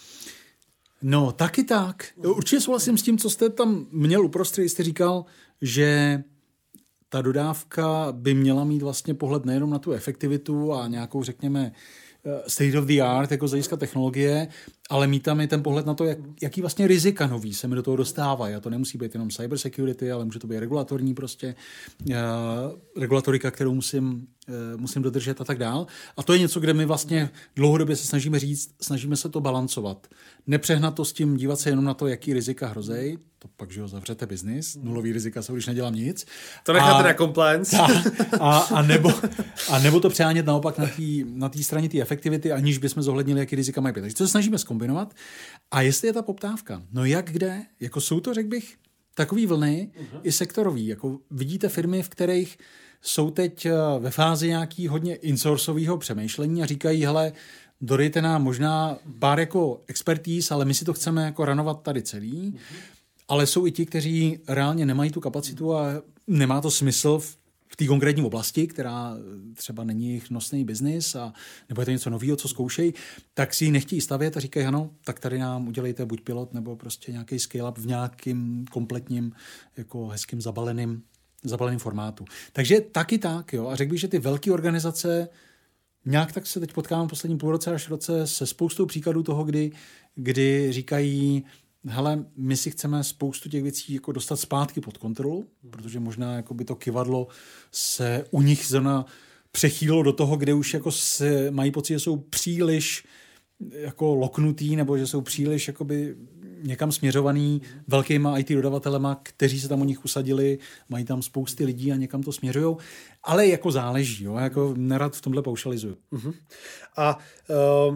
No, taky tak. Určitě souhlasím s tím, co jste tam měl uprostřed, jste říkal, že ta dodávka by měla mít vlastně pohled nejenom na tu efektivitu a nějakou, řekněme, state of the art, jako z hlediska technologie, ale mít tam i ten pohled na to, jak, jaký vlastně rizika nový se mi do toho dostávají. A to nemusí být jenom cyber security, ale může to být regulatorní prostě, uh, regulatorika, kterou musím, uh, musím dodržet a tak dál. A to je něco, kde my vlastně dlouhodobě se snažíme říct, snažíme se to balancovat. Nepřehnat to s tím, dívat se jenom na to, jaký rizika hrozej, to pak, že ho zavřete biznis, nulový rizika jsou, když nedělám nic. To necháte na compliance. A, a, a, nebo, a nebo to přehánět naopak na té na té straně té efektivity, aniž bychom zohlednili, jaký rizika mají být. Takže to se snažíme zkombinovat. A jestli je ta poptávka, no jak kde? Jako jsou to, řekl bych, takový vlny uh-huh. i sektorový. Jako vidíte firmy, v kterých jsou teď ve fázi nějaký hodně insourcového přemýšlení a říkají, hele, dodejte nám možná pár jako expertíz, ale my si to chceme jako ranovat tady celý. Uh-huh. Ale jsou i ti, kteří reálně nemají tu kapacitu a nemá to smysl v, v té konkrétní oblasti, která třeba není jejich nosný biznis a nebo je to něco nového, co zkoušejí, tak si ji nechtějí stavět a říkají, ano, tak tady nám udělejte buď pilot nebo prostě nějaký scale-up v nějakým kompletním, jako hezkým zabaleným, zabaleným formátu. Takže taky tak, jo. A řekl bych, že ty velké organizace, nějak tak se teď potkávám poslední půl roce až roce se spoustou příkladů toho, kdy, kdy říkají, hele, my si chceme spoustu těch věcí jako dostat zpátky pod kontrolu, protože možná jako by to kyvadlo se u nich zrovna přechýlilo do toho, kde už jako se mají pocit, že jsou příliš jako loknutý, nebo že jsou příliš jakoby někam směřovaný velkýma í té dodavatelema, kteří se tam u nich usadili, mají tam spousty lidí a někam to směřujou, ale jako záleží, jo, jako nerad v tomhle paušalizuju. Uh-huh. A uh...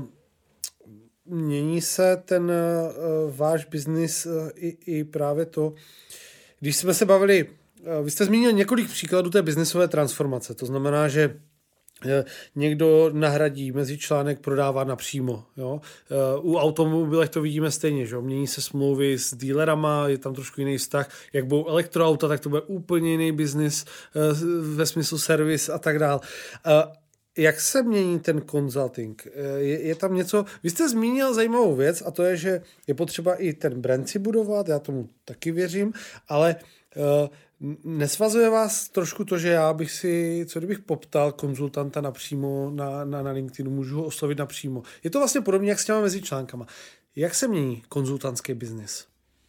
mění se ten uh, váš biznis uh, i, i právě to, když jsme se bavili, uh, vy jste zmínil několik příkladů té biznisové transformace, to znamená, že uh, někdo nahradí mezičlánek, prodává napřímo. Jo? Uh, u automobilech to vidíme stejně, že? Mění se smlouvy s dealerama, je tam trošku jiný vztah, jak budou elektroauta, tak to bude úplně jiný biznis uh, ve smyslu servis a tak dál. Uh, Jak se mění ten consulting? Je, je tam něco, vy jste zmínil zajímavou věc a to je, že je potřeba i ten brand si budovat, já tomu taky věřím, ale uh, nesvazuje vás trošku to, že já bych si, co kdybych poptal konzultanta napřímo na, na, na LinkedInu, můžu ho oslovit napřímo. Je to vlastně podobně jak s těma mezičlánkama. Jak se mění konzultantský biznis?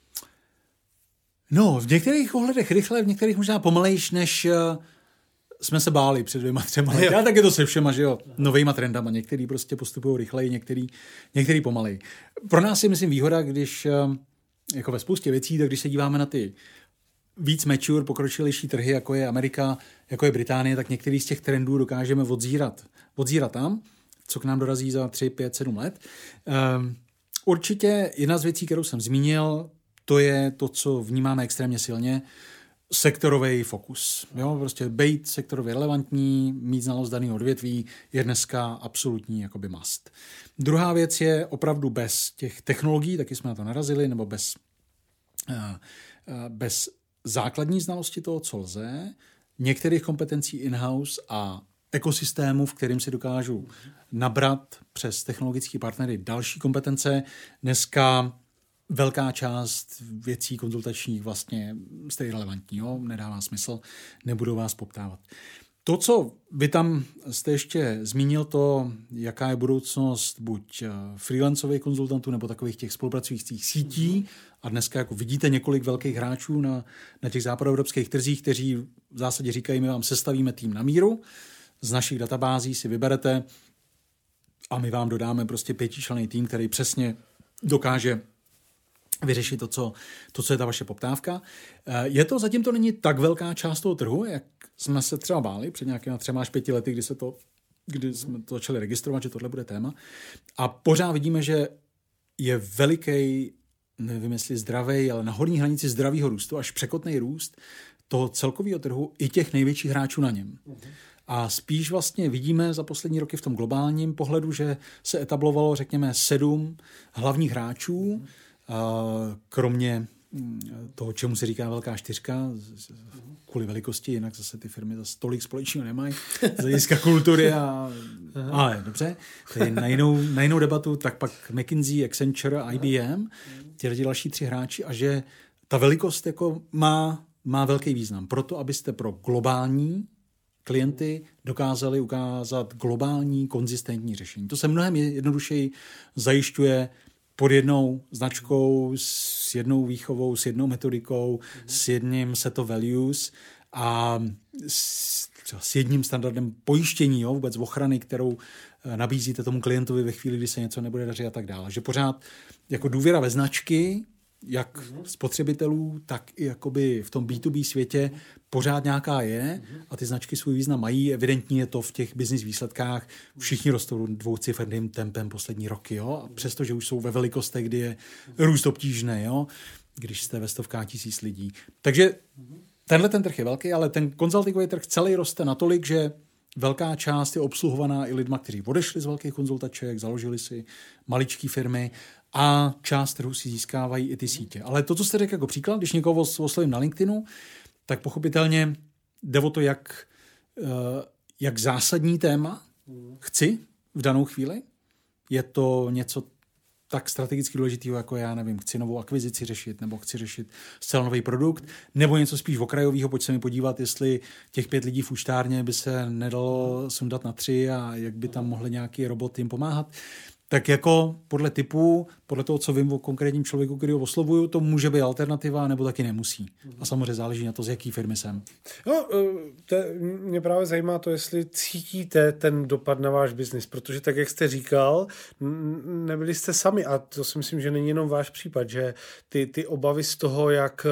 No, v některých ohledech rychle, v některých možná pomalejš, než uh... jsme se báli před dvěma, třema lety. A tak je to se všema, že jo, novejma trendama. Některý prostě postupují rychleji, některý, některý pomalej. Pro nás je, myslím, výhoda, když jako ve spoustě věcí, tak když se díváme na ty víc mature, pokročilejší trhy, jako je Amerika, jako je Británie, tak některý z těch trendů dokážeme odzírat. Odzírat tam, co k nám dorazí za tři, pět, sedm let. Um, určitě jedna z věcí, kterou jsem zmínil, to je to, co vnímáme extrémně silně, sektorový fokus. Jo, prostě být sektorově relevantní, mít znalost daného odvětví je dneska absolutní jakoby must. Druhá věc je opravdu bez těch technologií, taky jsme na to narazili, nebo bez, uh, uh, bez základní znalosti toho, co lze, některých kompetencí in-house a ekosystému, v kterým si dokážu nabrat přes technologické partnery další kompetence. Dneska velká část věcí konzultačních vlastně jste relevantní, jo? Nedává smysl, nebudu vás poptávat. To, co vy tam jste ještě zmínil, to, jaká je budoucnost buď freelancových konzultantů nebo takových těch spolupracujících sítí. A dneska jako vidíte několik velkých hráčů na, na těch západoevropských trzích, kteří v zásadě říkají, my vám sestavíme tým na míru, z našich databází si vyberete a my vám dodáme prostě pětičlenný tým, který přesně dokáže vyřešit to co, to, co je ta vaše poptávka. Je to, zatím to není tak velká část toho trhu, jak jsme se třeba báli před nějakými třema až pěti lety, kdy, se to, kdy jsme to začali registrovat, že tohle bude téma. A pořád vidíme, že je veliký, nevím jestli zdravý, ale na horní hranici zdravého růstu, až překotný růst toho celkového trhu i těch největších hráčů na něm. A spíš vlastně vidíme za poslední roky v tom globálním pohledu, že se etablovalo, řekněme, sedm hlavních hráčů, kromě toho, čemu se říká velká čtyřka, kvůli velikosti, jinak zase ty firmy zase tolik společného nemají, z hlediska kultury, a, ale dobře, to je na jinou, na jinou debatu, tak pak McKinsey, Accenture, I B M, ti další tři hráči, a že ta velikost jako má, má velký význam. Proto, abyste pro globální klienty dokázali ukázat globální, konzistentní řešení. To se mnohem jednodušeji zajišťuje pod jednou značkou, s jednou výchovou, s jednou metodikou, mm. s jedním set of values a s, třeba s jedním standardem pojištění, jo, vůbec ochrany, kterou nabízíte tomu klientovi ve chvíli, kdy se něco nebude dařit a tak dále. Že pořád jako důvěra ve značky, jak spotřebitelů, tak i jakoby v tom bé dvě bé světě pořád nějaká je a ty značky svůj význam mají. Evidentně je to v těch business výsledkách. Všichni rostou dvouciferným tempem poslední roky, jo? A přestože už jsou ve velikostech, kdy je růst obtížný, jo? Když jste ve stovkách tisíc lidí. Takže tenhle ten trh je velký, ale ten konzultingový trh celý roste natolik, že velká část je obsluhovaná i lidma, kteří odešli z velkých konzultaček, založili si maličké firmy a část trhu si získávají i ty sítě. Ale to, co jste řekl jako příklad, když někoho oslovím na LinkedInu, tak pochopitelně jde o to, jak, jak zásadní téma chci v danou chvíli. Je to něco tak strategicky důležitého, jako já nevím, chci novou akvizici řešit, nebo chci řešit zcela nový produkt, nebo něco spíš okrajového, pojď se mi podívat, jestli těch pět lidí v účtárně by se nedalo sundat na tři a jak by tam mohli nějaký robot jim pomáhat. Tak jako podle typu, podle toho, co vím o konkrétním člověku, který ho oslovuju, to může být alternativa, nebo taky nemusí. A samozřejmě záleží na to, z jaký firmy jsem. No, to mě právě zajímá to, jestli cítíte ten dopad na váš biznis, protože tak, jak jste říkal, nebyli jste sami a to si myslím, že není jenom váš případ, že ty, ty obavy z toho, jak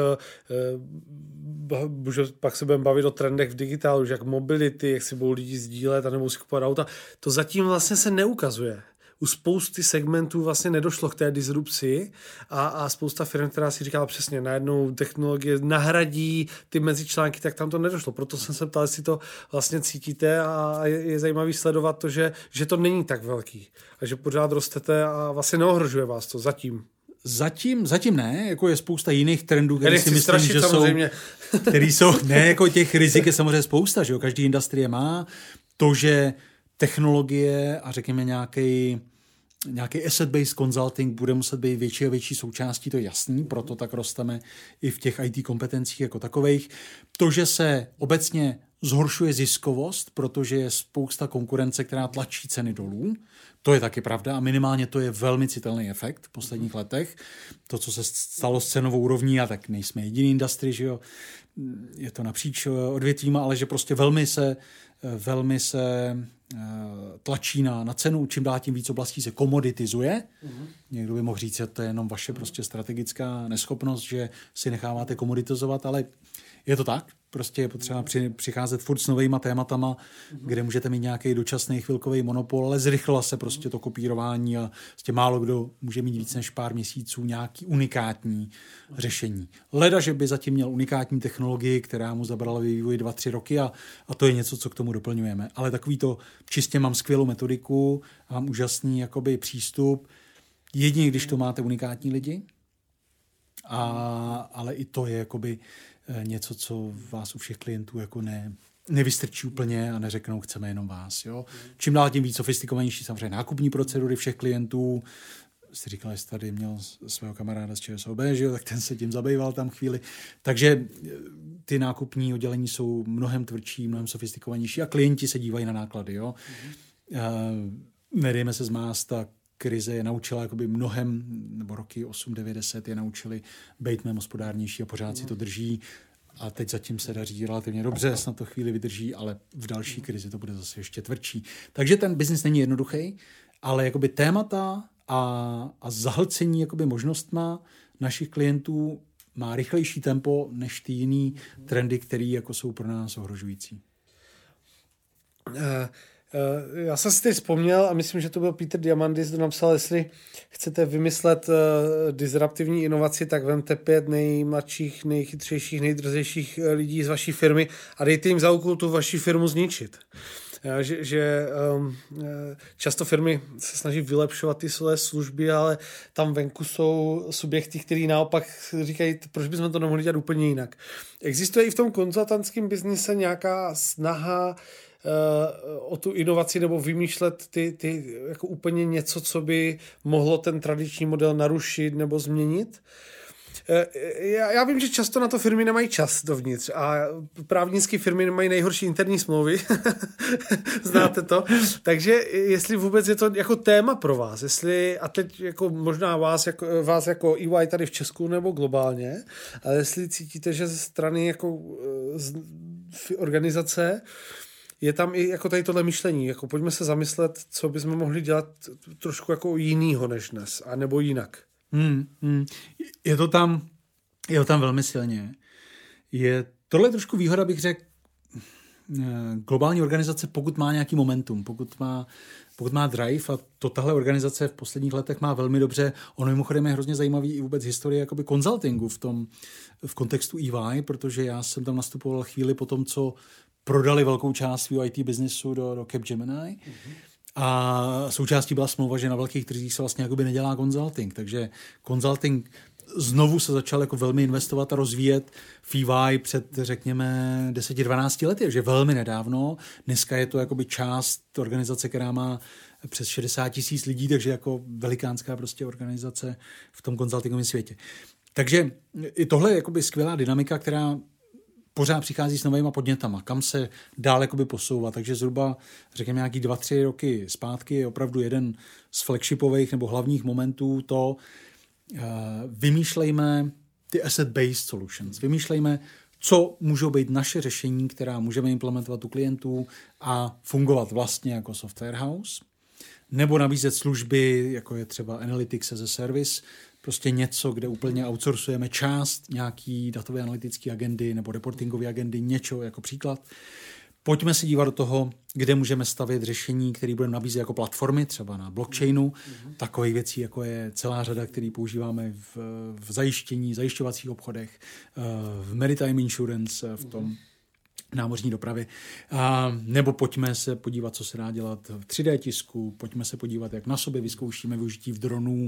pak se budeme bavit o trendech v digitálu, že jak mobility, jak si budou lidi sdílet a nebo si kupovat auta, to zatím vlastně se neukazuje. U spousty segmentů vlastně nedošlo k té disrupci a, a spousta firm, která si říkala přesně, najednou technologie nahradí ty mezičlánky, tak tam to nedošlo. Proto jsem se ptal, jestli to vlastně cítíte a je, je zajímavý sledovat to, že, že to není tak velký a že pořád rostete a vlastně neohrožuje vás to zatím. Zatím, zatím ne, jako je spousta jiných trendů, které si myslím, strašit, že samozřejmě. jsou, který jsou, ne, jako těch rizik je samozřejmě spousta, že jo, každý industrie má to, že technologie a řekněme nějaký nějaký asset-based consulting bude muset být větší a větší součástí, to je jasný, proto tak rosteme i v těch í té kompetencích jako takových. To, že se obecně zhoršuje ziskovost, protože je spousta konkurence, která tlačí ceny dolů, to je taky pravda a minimálně to je velmi citelný efekt v posledních letech. To, co se stalo s cenovou úrovní, a tak nejsme jediný industry, že jo, je to napříč odvětvíma, ale že prostě velmi se, velmi se tlačí na, na cenu, čím dál tím víc oblastí se komoditizuje. Mm-hmm. Někdo by mohl říct, že to je jenom vaše prostě strategická neschopnost, že si necháváte komoditizovat, ale je to tak. Prostě je potřeba při, přicházet furt s novýma tématama, mm-hmm. kde můžete mít nějaký dočasný chvilkový monopol, ale zrychlila se prostě to kopírování a prostě málo kdo může mít víc než pár měsíců nějaký unikátní mm-hmm. řešení. Leda, že by zatím měl unikátní technologii, která mu zabrala vývoj dva, tři roky a, a to je něco, co k tomu doplňujeme. Ale takový to čistě mám skvělou metodiku a mám úžasný jakoby přístup. Jedině, když to máte unikátní lidi, a, ale i to je jakoby něco, co vás u všech klientů jako ne, nevystrčí úplně a neřeknou, chceme jenom vás. Jo? Čím dál tím víc sofistikovanější samozřejmě nákupní procedury všech klientů, jsi říkal, že jsi tady měl svého kamaráda z ČSOB, že jo, tak ten se tím zabýval tam chvíli. Takže ty nákupní oddělení jsou mnohem tvrdší, mnohem sofistikovanější a klienti se dívají na náklady, jo. Mm-hmm. Nedejme se zmást, ta krize je naučila jakoby mnohem, nebo roky osm, devět, deset je naučili být mnohem hospodárnější a pořád mm-hmm. si to drží. A teď zatím se daří relativně dobře, snad to chvíli vydrží, ale v další krizi to bude zase ještě tvrdší. Takže ten biznis není jednoduchý, ale jakoby témata a, a zahlcení jakoby možnostma našich klientů má rychlejší tempo než ty jiný trendy, které jako jsou pro nás ohrožující. Uh. Já jsem si teď vzpomněl a myslím, že to byl Peter Diamandis, kdo napsal, jestli chcete vymyslet uh, disruptivní inovaci, tak vemte pět nejmladších, nejchytřejších, nejdrzejších lidí z vaší firmy a dejte jim za úkol tu vaši firmu zničit. Že, že um, často firmy se snaží vylepšovat ty své služby, ale tam venku jsou subjekty, který naopak říkají, proč bychom to nemohli dělat úplně jinak. Existuje i v tom konzultantském biznise nějaká snaha o tu inovaci nebo vymýšlet ty, ty jako úplně něco, co by mohlo ten tradiční model narušit nebo změnit. Já, já vím, že často na to firmy nemají čas dovnitř a právnické firmy nemají nejhorší interní smlouvy. Znáte to? Takže jestli vůbec je to jako téma pro vás, jestli, a teď jako možná vás jako, vás jako E Y tady v Česku nebo globálně, ale jestli cítíte, že ze strany jako z organizace je tam i jako tady tohle myšlení, jako pojďme se zamyslet, co bychom mohli dělat trošku jako jinýho než dnes, a nebo jinak. Hmm, hmm. Je to tam, je to tam velmi silně. Je tohle trošku výhoda, bych řekl, globální organizace, pokud má nějaký momentum, pokud má, pokud má drive, a to tahle organizace v posledních letech má velmi dobře. Ono mimochodem je hrozně zajímavý i vůbec historie jakoby konzultingu v tom, v kontextu E Y, protože já jsem tam nastupoval chvíli po tom, co prodali velkou část svého I T biznesu do, do Capgemini. Mm-hmm. A součástí byla smlouva, že na velkých trzích se vlastně jakoby nedělá consulting. Takže consulting znovu se začal jako velmi investovat a rozvíjet v E Y před, řekněme, deset dvanáct lety, že velmi nedávno. Dneska je to jakoby část organizace, která má přes šedesát tisíc lidí, takže jako velikánská prostě organizace v tom consultingovém světě. Takže i tohle je jakoby skvělá dynamika, která pořád přichází s novýma podnětama, kam se dál jakoby posouvat. Takže zhruba, řekněme, nějaký dva, tři roky zpátky je opravdu jeden z flagshipových nebo hlavních momentů to, uh, vymýšlejme ty asset-based solutions. Vymýšlejme, co můžou být naše řešení, která můžeme implementovat u klientů a fungovat vlastně jako software house, nebo nabízet služby, jako je třeba Analytics as a Service, prostě něco, kde úplně outsourcujeme část nějaký datové analytické agendy nebo reportingové agendy, něco jako příklad. Pojďme se dívat do toho, kde můžeme stavět řešení, které budeme nabízet jako platformy, třeba na blockchainu. Mm-hmm. Takových věcí, jako je celá řada, které používáme v, v zajištění, zajišťovacích obchodech, v maritime insurance, v tom námořní dopravy. A, nebo pojďme se podívat, co se dá dělat v tři dé tisku, pojďme se podívat, jak na sobě vyzkoušíme využití v dronů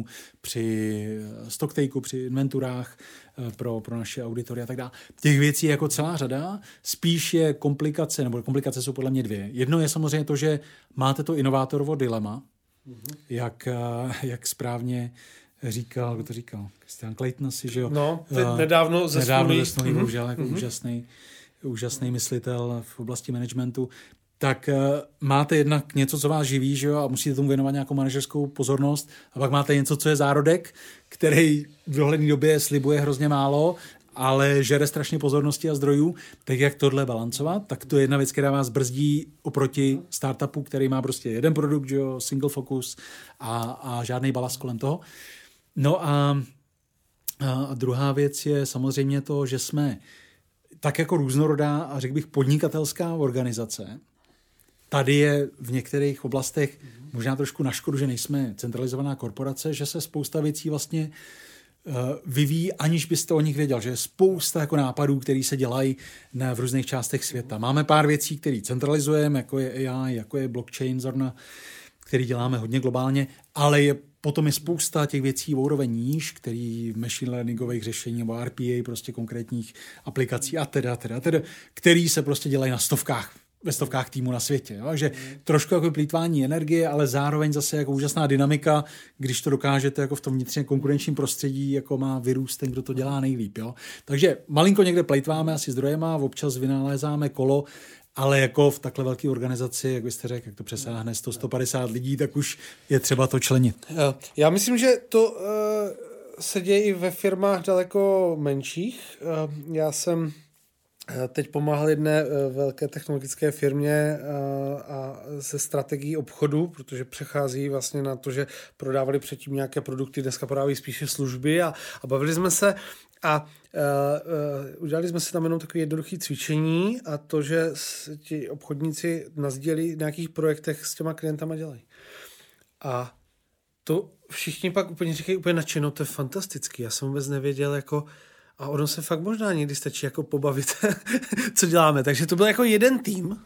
při stocktakeu, při inventurách pro, pro naše auditory a tak dále. Těch věcí je jako celá řada, spíš je komplikace, nebo komplikace jsou podle mě dvě. Jedno je samozřejmě to, že máte to inovátorovo dilema, mm-hmm. jak, jak správně říkal, kdo to říkal? Christian Clayton asi, že jo? No, nedávno ze Nedávno ze Smolí, mm-hmm. bohužel, jako mm-hmm. úžasný úžasný myslitel v oblasti managementu, tak uh, máte jednak něco, co vás živí, že jo, a musíte tomu věnovat nějakou manažerskou pozornost, a pak máte něco, co je zárodek, který v dohledné době slibuje hrozně málo, ale žere strašně pozornosti a zdrojů. Tak jak tohle balancovat, tak to je jedna věc, která vás brzdí oproti startupu, který má prostě jeden produkt, že jo, single focus a, a žádný balast kolem toho. No a, a druhá věc je samozřejmě to, že jsme tak jako různorodá a řekl bych podnikatelská organizace. Tady je v některých oblastech možná trošku na škodu, že nejsme centralizovaná korporace, že se spousta věcí vlastně uh, vyvíjí, aniž byste o nich věděl, že je spousta jako nápadů, které se dělají na, v různých částech světa. Máme pár věcí, které centralizujeme, jako je A I, jako je blockchain, zrovna, který děláme hodně globálně, ale je potom je spousta těch věcí v úroveň níž, který machine learningových řešení nebo R P A, prostě konkrétních aplikací a teda, teda, teda, který se prostě dělají na stovkách ve stovkách týmů na světě. Jo? Takže trošku jako plýtvání energie, ale zároveň zase jako úžasná dynamika, když to dokážete jako v tom vnitřně konkurenčním prostředí, jako má vyrůst ten, kdo to dělá nejlíp. Jo? Takže malinko někde plýtváme asi zdrojema, občas vynalézáme kolo, ale jako v takhle velké organizaci, jak byste řekl, jak to přesáhne sto až sto padesát lidí, tak už je třeba to členit. Já myslím, že to uh, se děje i ve firmách daleko menších. Uh, já jsem teď pomáhal jedné velké technologické firmě a se strategií obchodu, protože přechází vlastně na to, že prodávali předtím nějaké produkty, dneska prodávají spíše služby a, a bavili jsme se a uh, uh, udělali jsme si tam jenom takové jednoduché cvičení a to, že ti obchodníci nasdělí v nějakých projektech s těma klientama dělají. A to všichni pak úplně říkají úplně nadšeno, to je fantastický. Já jsem vůbec nevěděl, jako a ono se fakt možná někdy stačí jako pobavit, co děláme. Takže to byl jako jeden tým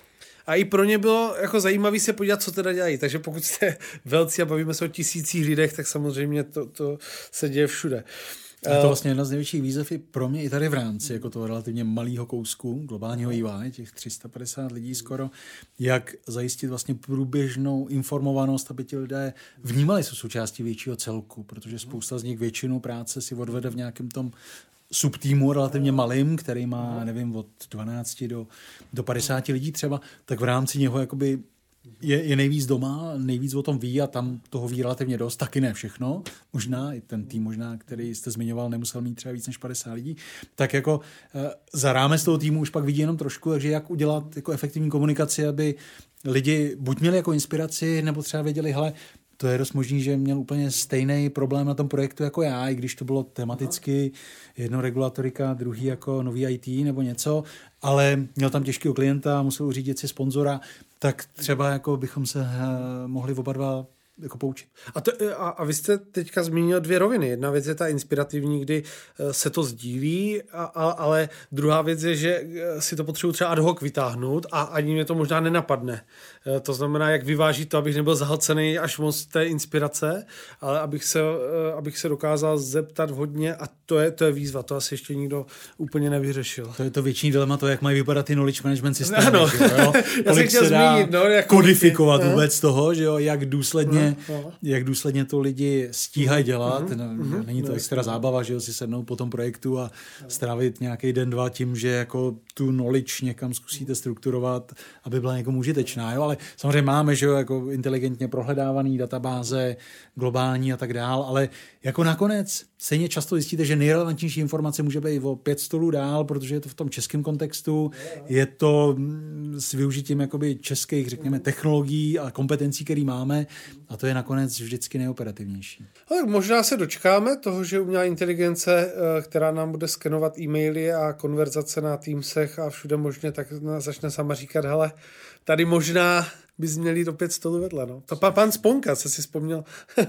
a i pro ně bylo jako zajímavý se podívat, co teda dělají. Takže pokud jste velcí a bavíme se o tisících lidech, tak samozřejmě to, to se děje všude. Je to vlastně jedna z největších výzev i pro mě i tady v rámci jako toho relativně malého kousku globálního E Y, těch tři sta padesát lidí skoro, jak zajistit vlastně průběžnou informovanost, aby ti lidé vnímali se součástí většího celku, protože spousta z nich většinu práce si odvede v nějakém tom subtýmu relativně malým, který má, nevím, od dvanácti do, do padesáti lidí třeba, tak v rámci něho jakoby Je, je nejvíc doma, nejvíc o tom ví a tam toho ví relativně dost, taky ne všechno, možná i ten tým možná, který jste zmiňoval, nemusel mít třeba víc než padesát lidí, tak jako e, za rámec toho týmu už pak vidí jenom trošku, takže jak udělat jako efektivní komunikaci, aby lidi buď měli jako inspiraci, nebo třeba věděli, hele, to je dost možný, že měl úplně stejný problém na tom projektu jako já, i když to bylo tematicky jedno regulatorika, druhý jako nový I T nebo něco, ale měl tam těžkého klienta, musel uřídit si sponzora, tak třeba jako bychom se mohli oba dva jako poučit. A, to, a, a vy jste teďka zmínil dvě roviny. Jedna věc je ta inspirativní, kdy se to sdílí, a, a, ale druhá věc je, že si to potřebuji třeba ad hoc vytáhnout a ani mě to možná nenapadne. To znamená, jak vyvážit to, abych nebyl zahlcený až moc té inspirace, ale abych se, abych se dokázal zeptat vhodně a to je, to je výzva. To asi ještě nikdo úplně nevyřešil. To je to větší dilema, to, jak mají vypadat ty knowledge management systémy. Ano. Že jo? Já jsem chtěl zmínit. No, jako kodifikovat uh-huh. vůbec toho, že jo, jak důsledně uh-huh. jak důsledně to lidi stíhají dělat. Uh-huh. Není to extra zábava, že jo, si sednout po tom projektu a strávit nějaký den, dva tím, že jako tu knowledge někam zkusíte strukturovat, aby byla někomu užitečná. Jo? Ale samozřejmě máme, že jo, jako inteligentně prohledávaný databáze, globální a tak dál, ale jako nakonec stejně často zjistíte, že nejrelevantnější informace může být o pět stolů dál, protože je to v tom českém kontextu, je to s využitím jakoby českých, řekněme, technologií a kompetencí, které máme, a to je nakonec vždycky nejoperativnější. Tak možná se dočkáme toho, že umělá inteligence, která nám bude skenovat e-maily a konverzace na Teamsech a všude možně, tak začne sama říkat, hele, tady možná bys měl jít opět stolu vedle. No. To pan, pan Sponka, se si vzpomněl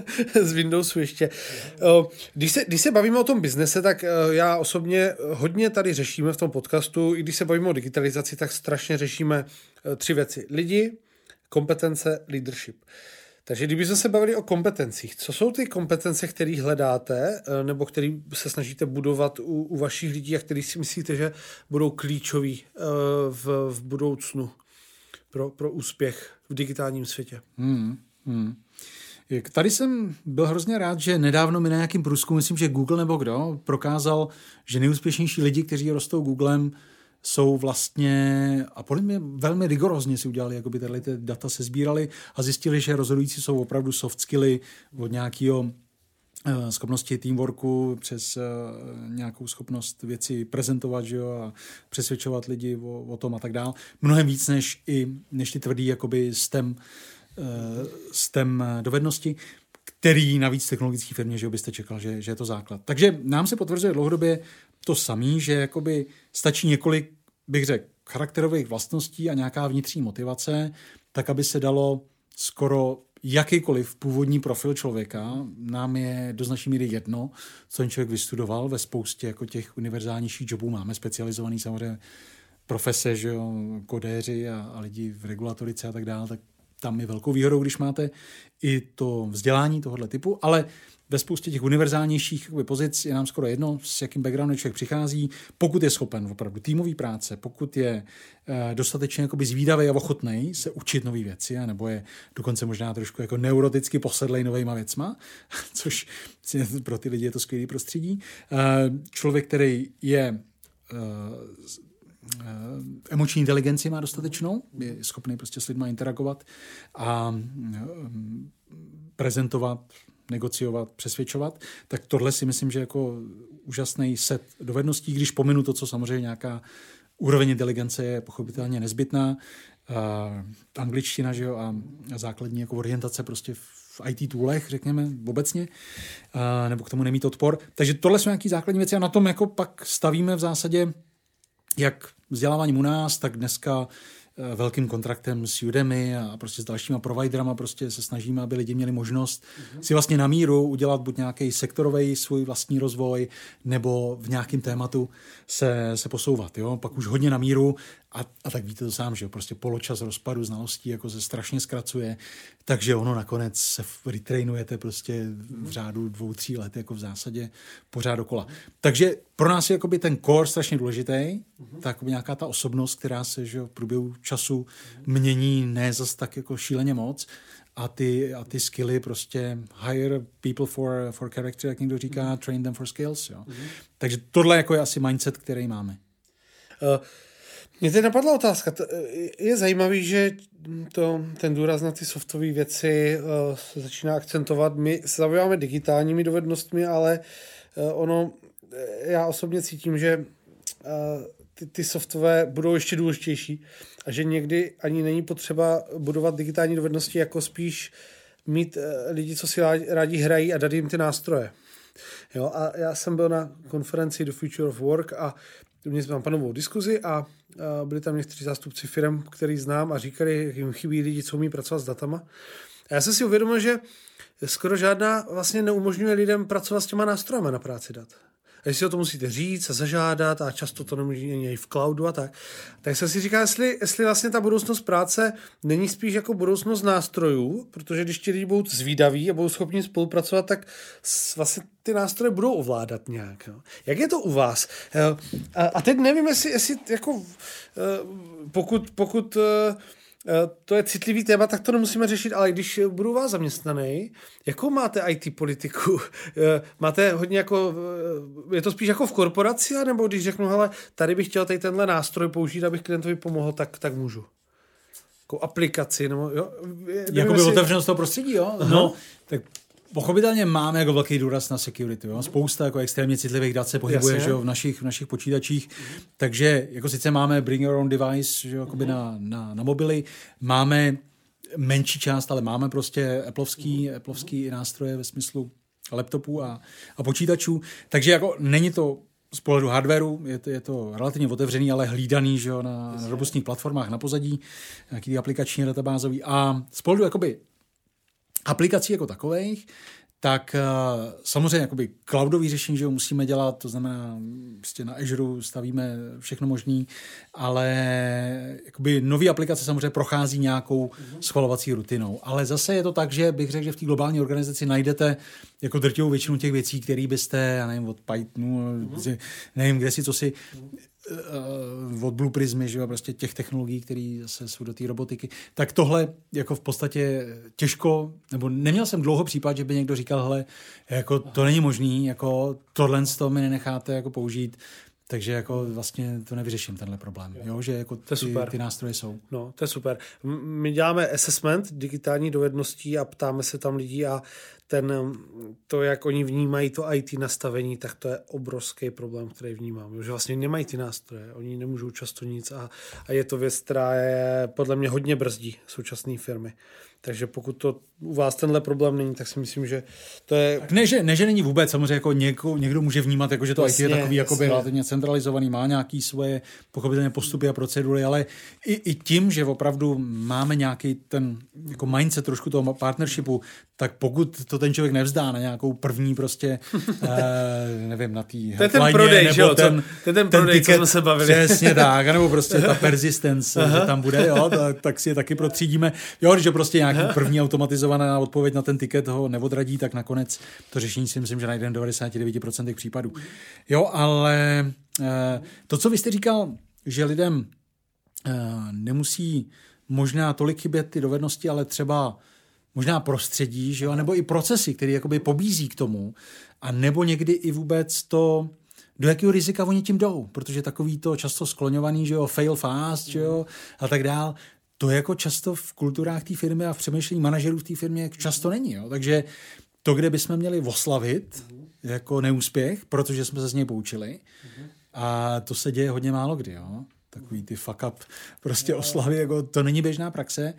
z Windowsu ještě. Když se, když se bavíme o tom biznese, tak já osobně hodně tady řešíme v tom podcastu, i když se bavíme o digitalizaci, tak strašně řešíme tři věci. Lidi, kompetence, leadership. Takže kdybychom se bavili o kompetencích, co jsou ty kompetence, které hledáte, nebo které se snažíte budovat u, u vašich lidí a které si myslíte, že budou klíčový v, v budoucnu pro, pro úspěch v digitálním světě? Hmm, hmm. Tady jsem byl hrozně rád, že nedávno mi na nějakým průzkumu, myslím, že Google nebo kdo, prokázal, že nejúspěšnější lidi, kteří rostou Googlem, jsou vlastně, a podle mě velmi rigorózně si udělali, jakoby tady ty data se sbírali a zjistili, že rozhodující jsou opravdu soft skilly od nějakého uh, schopnosti teamworku přes uh, nějakou schopnost věci prezentovat, že jo, a přesvědčovat lidi o, o tom a tak dál. Mnohem víc než i než ty tvrdý jakoby STEM, uh, STEM dovednosti, který navíc v technologické firmě, že jo, byste čekal, že, že je to základ. Takže nám se potvrzuje dlouhodobě to samé, že jakoby stačí několik, bych řekl, charakterových vlastností a nějaká vnitřní motivace, tak aby se dalo skoro jakýkoliv původní profil člověka, nám je do značné míry jedno, co ten člověk vystudoval, ve spoustě jako těch univerzálnějších jobů máme specializovaný samozřejmě profese, že jo, kodéři a, a lidi v regulatorice a tak dále, tak tam je velkou výhodou, když máte i to vzdělání tohoto typu, ale ve spoustě těch univerzálnějších jakoby, pozic je nám skoro jedno, s jakým backgroundem člověk přichází, pokud je schopen opravdu týmový práce, pokud je e, dostatečně jakoby, zvídavý a ochotnej se učit nové věci, nebo je dokonce možná trošku jako neuroticky posedlej novejma věcma, což pro ty lidi je to skvělý prostředí. E, člověk, který je e, emoční inteligenci má dostatečnou, je schopný prostě s lidma interagovat a prezentovat, negociovat, přesvědčovat, tak tohle si myslím, že jako úžasný set dovedností, když pominu to, co samozřejmě nějaká úroveň inteligence je pochopitelně nezbytná, uh, angličtina, že jo, a, a základní jako orientace prostě v í té toolech, řekněme, obecně, uh, nebo k tomu nemít odpor. Takže tohle jsou nějaké základní věci a na tom jako pak stavíme v zásadě jak vzděláváním u nás, tak dneska velkým kontraktem s Udemy a prostě s dalšíma providerama prostě se snažíme, aby lidi měli možnost mm-hmm. si vlastně na míru udělat buď nějaký sektorový svůj vlastní rozvoj, nebo v nějakém tématu se, se posouvat. Jo? Pak už hodně na míru a, a tak víte to sám, že jo? Prostě poločas rozpadu znalostí jako se strašně zkracuje, takže ono nakonec se retrainujete prostě v řádu dvou, tří let jako v zásadě pořád dokola. Takže pro nás je jakoby ten core strašně důležitý, mm-hmm. tak nějaká ta osobnost, která se že v průběhu času mění ne zas tak jako šíleně moc a ty, a ty skilly prostě hire people for, for character, jak někdo říká, train them for skills. Jo. Mm-hmm. Takže tohle jako je asi mindset, který máme. Uh, mě teď napadla otázka. Je zajímavý, že to, ten důraz na ty softové věci uh, se začíná akcentovat. My se zabýváme digitálními dovednostmi, ale uh, ono, já osobně cítím, že uh, ty, ty softové budou ještě důležitější a že někdy ani není potřeba budovat digitální dovednosti, jako spíš mít uh, lidi, co si rádi, rádi hrají a dát jim ty nástroje. Jo, a já jsem byl na konferenci The Future of Work a měli jsme tam panovou diskuzi a, a byli tam někteří zástupci firm, který znám a říkali, jak jim chybí lidi, co umí pracovat s datama. A já jsem si uvědomil, že skoro žádná vlastně neumožňuje lidem pracovat s těma nástrojema na práci dat. A když si o to musíte říct a zažádat a často to nemůže i v cloudu a tak, tak jsem si říkal, jestli, jestli vlastně ta budoucnost práce není spíš jako budoucnost nástrojů, protože když ti lidi budou zvídaví a budou schopni spolupracovat, tak vlastně ty nástroje budou ovládat nějak. Jo. Jak je to u vás? A teď nevím, jestli, jestli jako pokud, pokud to je citlivý téma, tak to nemusíme řešit, ale když budu vás zaměstnaný, jakou máte í té politiku? Máte hodně jako, je to spíš jako v korporaci, nebo když řeknu, hele, tady bych chtěl tady tenhle nástroj použít, abych klientovi pomohl, tak, tak můžu. Jako aplikaci, nebo jo? Jakoby jestli... otevřenost toho prostředí, jo? Uh-huh. No, tak pochopitelně máme jako velký důraz na security. Jo? Spousta jako extrémně citlivých dat se pohybuje že jo, v, našich, v našich počítačích. Mm-hmm. Takže jako sice máme bring your own device že jo, mm-hmm. na, na, na mobily, máme menší část, ale máme prostě applovský, mm-hmm. applovský nástroje ve smyslu laptopů a, a počítačů. Takže jako není to z pohledu hardwareu, je to, je to relativně otevřený, ale hlídaný že jo, na, na robustních platformách na pozadí, nějaký aplikační databázový. A z pohledu jakoby aplikací jako takových, tak uh, samozřejmě jakoby cloudový řešení, že ho musíme dělat, to znamená, prostě na Azure stavíme všechno možný, ale jakoby nový aplikace samozřejmě prochází nějakou mm-hmm. schvalovací rutinou. Ale zase je to tak, že bych řekl, že v té globální organizaci najdete jako drtivou většinu těch věcí, které byste, já nevím, od Pythonu, mm-hmm. nevím, kde si, co si, uh, od Blue Prismy, že jo, prostě těch technologií, které zase jsou do té robotiky, tak tohle jako v podstatě těžko, nebo neměl jsem dlouho případ, že by někdo říkal, hele, jako to není možný, jako tohle z toho mi nenecháte jako použít, takže jako vlastně to nevyřeším, tenhle problém, jo, že jako ty, ty nástroje jsou. No, to je super. My děláme assessment digitální dovedností a ptáme se tam lidí a ten, to, jak oni vnímají to í té nastavení, tak to je obrovský problém, který vnímám. Že vlastně nemají ty nástroje, oni nemůžou často nic a, a je to věc, která je podle mě hodně brzdí současné firmy. Takže pokud to u vás tenhle problém není, tak si myslím, že to je... Tak ne, že, ne, že není vůbec, samozřejmě jako někdo, někdo může vnímat, jako, že to jasně, í té je takový jakoby relativně centralizovaný, má nějaký svoje pochopitelné postupy a procedury, ale i, i tím, že opravdu máme nějaký ten jako mindset trošku toho partnershipu, tak pokud to ten člověk nevzdá na nějakou první prostě, eh, nevím, na té to je ten prodej, že jo? Ten, to je ten prodej, ten ticket, co jsme se bavili. Přesně tak, anebo prostě ta persistence, že tam bude, jo, tak, tak si je taky protřídíme. Jo, když je prostě nějaký první automatizovaná odpověď na ten tiket ho neodradí, tak nakonec to řešení si myslím, že najde v devadesát devět procent případů. Jo, ale eh, to, co vy jste říkal, že lidem eh, nemusí možná tolik chybět ty dovednosti, ale třeba možná prostředí, že jo, nebo i procesy, které jakoby pobízí k tomu, a nebo někdy i vůbec to, do jakého rizika oni tím jdou, protože takový to často skloňovaný, že jo, fail fast, že jo, a tak dál, to jako často v kulturách té firmy a v přemýšlení manažerů v té firmě často není, jo, takže to, kde bychom měli oslavit jako neúspěch, protože jsme se z něj poučili, a to se děje hodně málo kdy, jo. Takový ty fuck up prostě oslavy, jako to není běžná praxe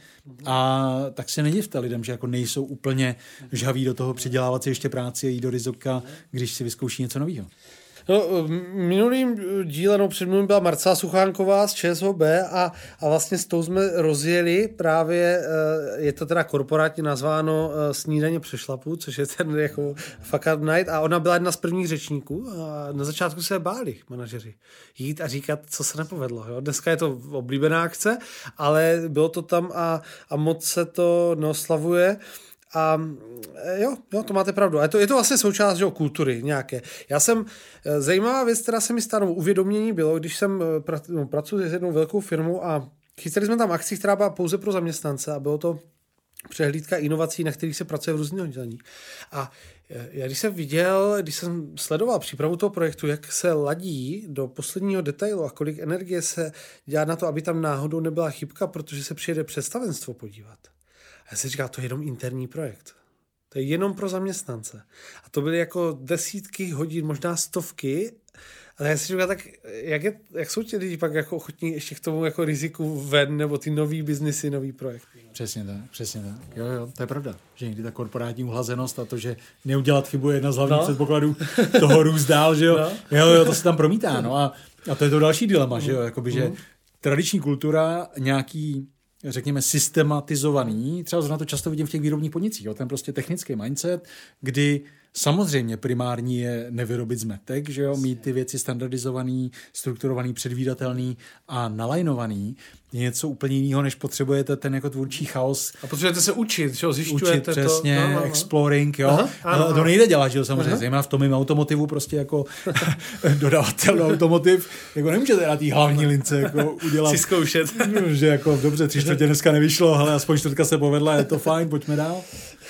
a tak se nedivte lidem, že jako nejsou úplně žhaví do toho přidělávat si ještě práci a jít do rizika, když si vyzkouší něco nového. No, minulým díle, no předminulým byla Marcela Suchánková z ČSOB a, a vlastně s tou jsme rozjeli právě, je to teda korporátně nazváno Snídaně přešlapů, což je ten jako fuck up night, a ona byla jedna z prvních řečníků a na začátku se báli manažeři jít a říkat, co se nepovedlo. Jo? Dneska je to oblíbená akce, ale bylo to tam a, a moc se to neoslavuje. A jo, jo, to máte pravdu. A je to, je to vlastně součást, že, kultury nějaké. Já jsem, zajímavá věc, která se mi stala, uvědomění bylo, když jsem pra, no, pracuji s jednou velkou firmou a chystali jsme tam akci, která byla pouze pro zaměstnance a bylo to přehlídka inovací, na kterých se pracuje v různých oddělení. A já když jsem viděl, když jsem sledoval přípravu toho projektu, jak se ladí do posledního detailu a kolik energie se dělá na to, aby tam náhodou nebyla chybka, protože se přijede představenstvo podívat. Já si říkal, to je jenom interní projekt. To je jenom pro zaměstnance. A to byly jako desítky hodin, možná stovky. Ale já si říkal, tak jak, je, jak jsou ti lidi pak jako ochotní ještě k tomu jako riziku ven, nebo ty nový biznisy, nový projekt? Přesně tak, přesně tak. Jo, jo, to je pravda. Že někdy ta korporátní uhlazenost a to, že neudělat chybu je jedna z hlavních no. předpokladů toho růst dál, že jo. No. Jo, jo, to se tam promítá. No a, a to je to další dilema, že jo. Jakoby, že tradiční kultura nějaký, řekněme, systematizovaný, třeba zrovna to často vidím v těch výrobních podnicích, jo, ten prostě technický mindset, kdy samozřejmě primární je nevyrobit zmetek, že jo, mít ty věci standardizovaný, strukturovaný, předvídatelný a nalajnovaný, je něco úplně jiného, než potřebujete ten jako tvůrčí chaos. A potřebujete se učit, že jo, zjišťujete učit, přesně, to. No, no, exploring, jo. Aha, aha, to nejde dělat, že jo, samozřejmě, zejména v tom mým automotivu, prostě jako dodavatel automotiv, jako nemůžete na té hlavní lince jako udělat. Si zkoušet. Že jako dobře, tři čtvrtě dneska nevyšlo, ale aspoň čtvrtka se povedla, je to fajn, pojďme dál.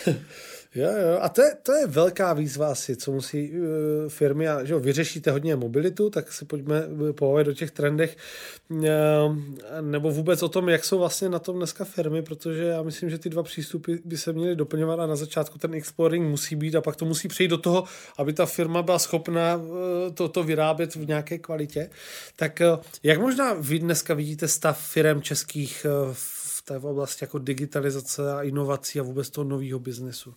Jo, jo. A to je, to je velká výzva asi, co musí uh, firmy, a že jo, vyřešíte hodně mobilitu, tak se pojďme povědět o těch trendech, uh, nebo vůbec o tom, jak jsou vlastně na tom dneska firmy, protože já myslím, že ty dva přístupy by se měly doplňovat a na začátku ten exploring musí být a pak to musí přejít do toho, aby ta firma byla schopna uh, to, to vyrábět v nějaké kvalitě. Tak uh, jak možná vy dneska vidíte stav firem českých uh, v oblasti jako digitalizace a inovací a vůbec toho nového biznesu?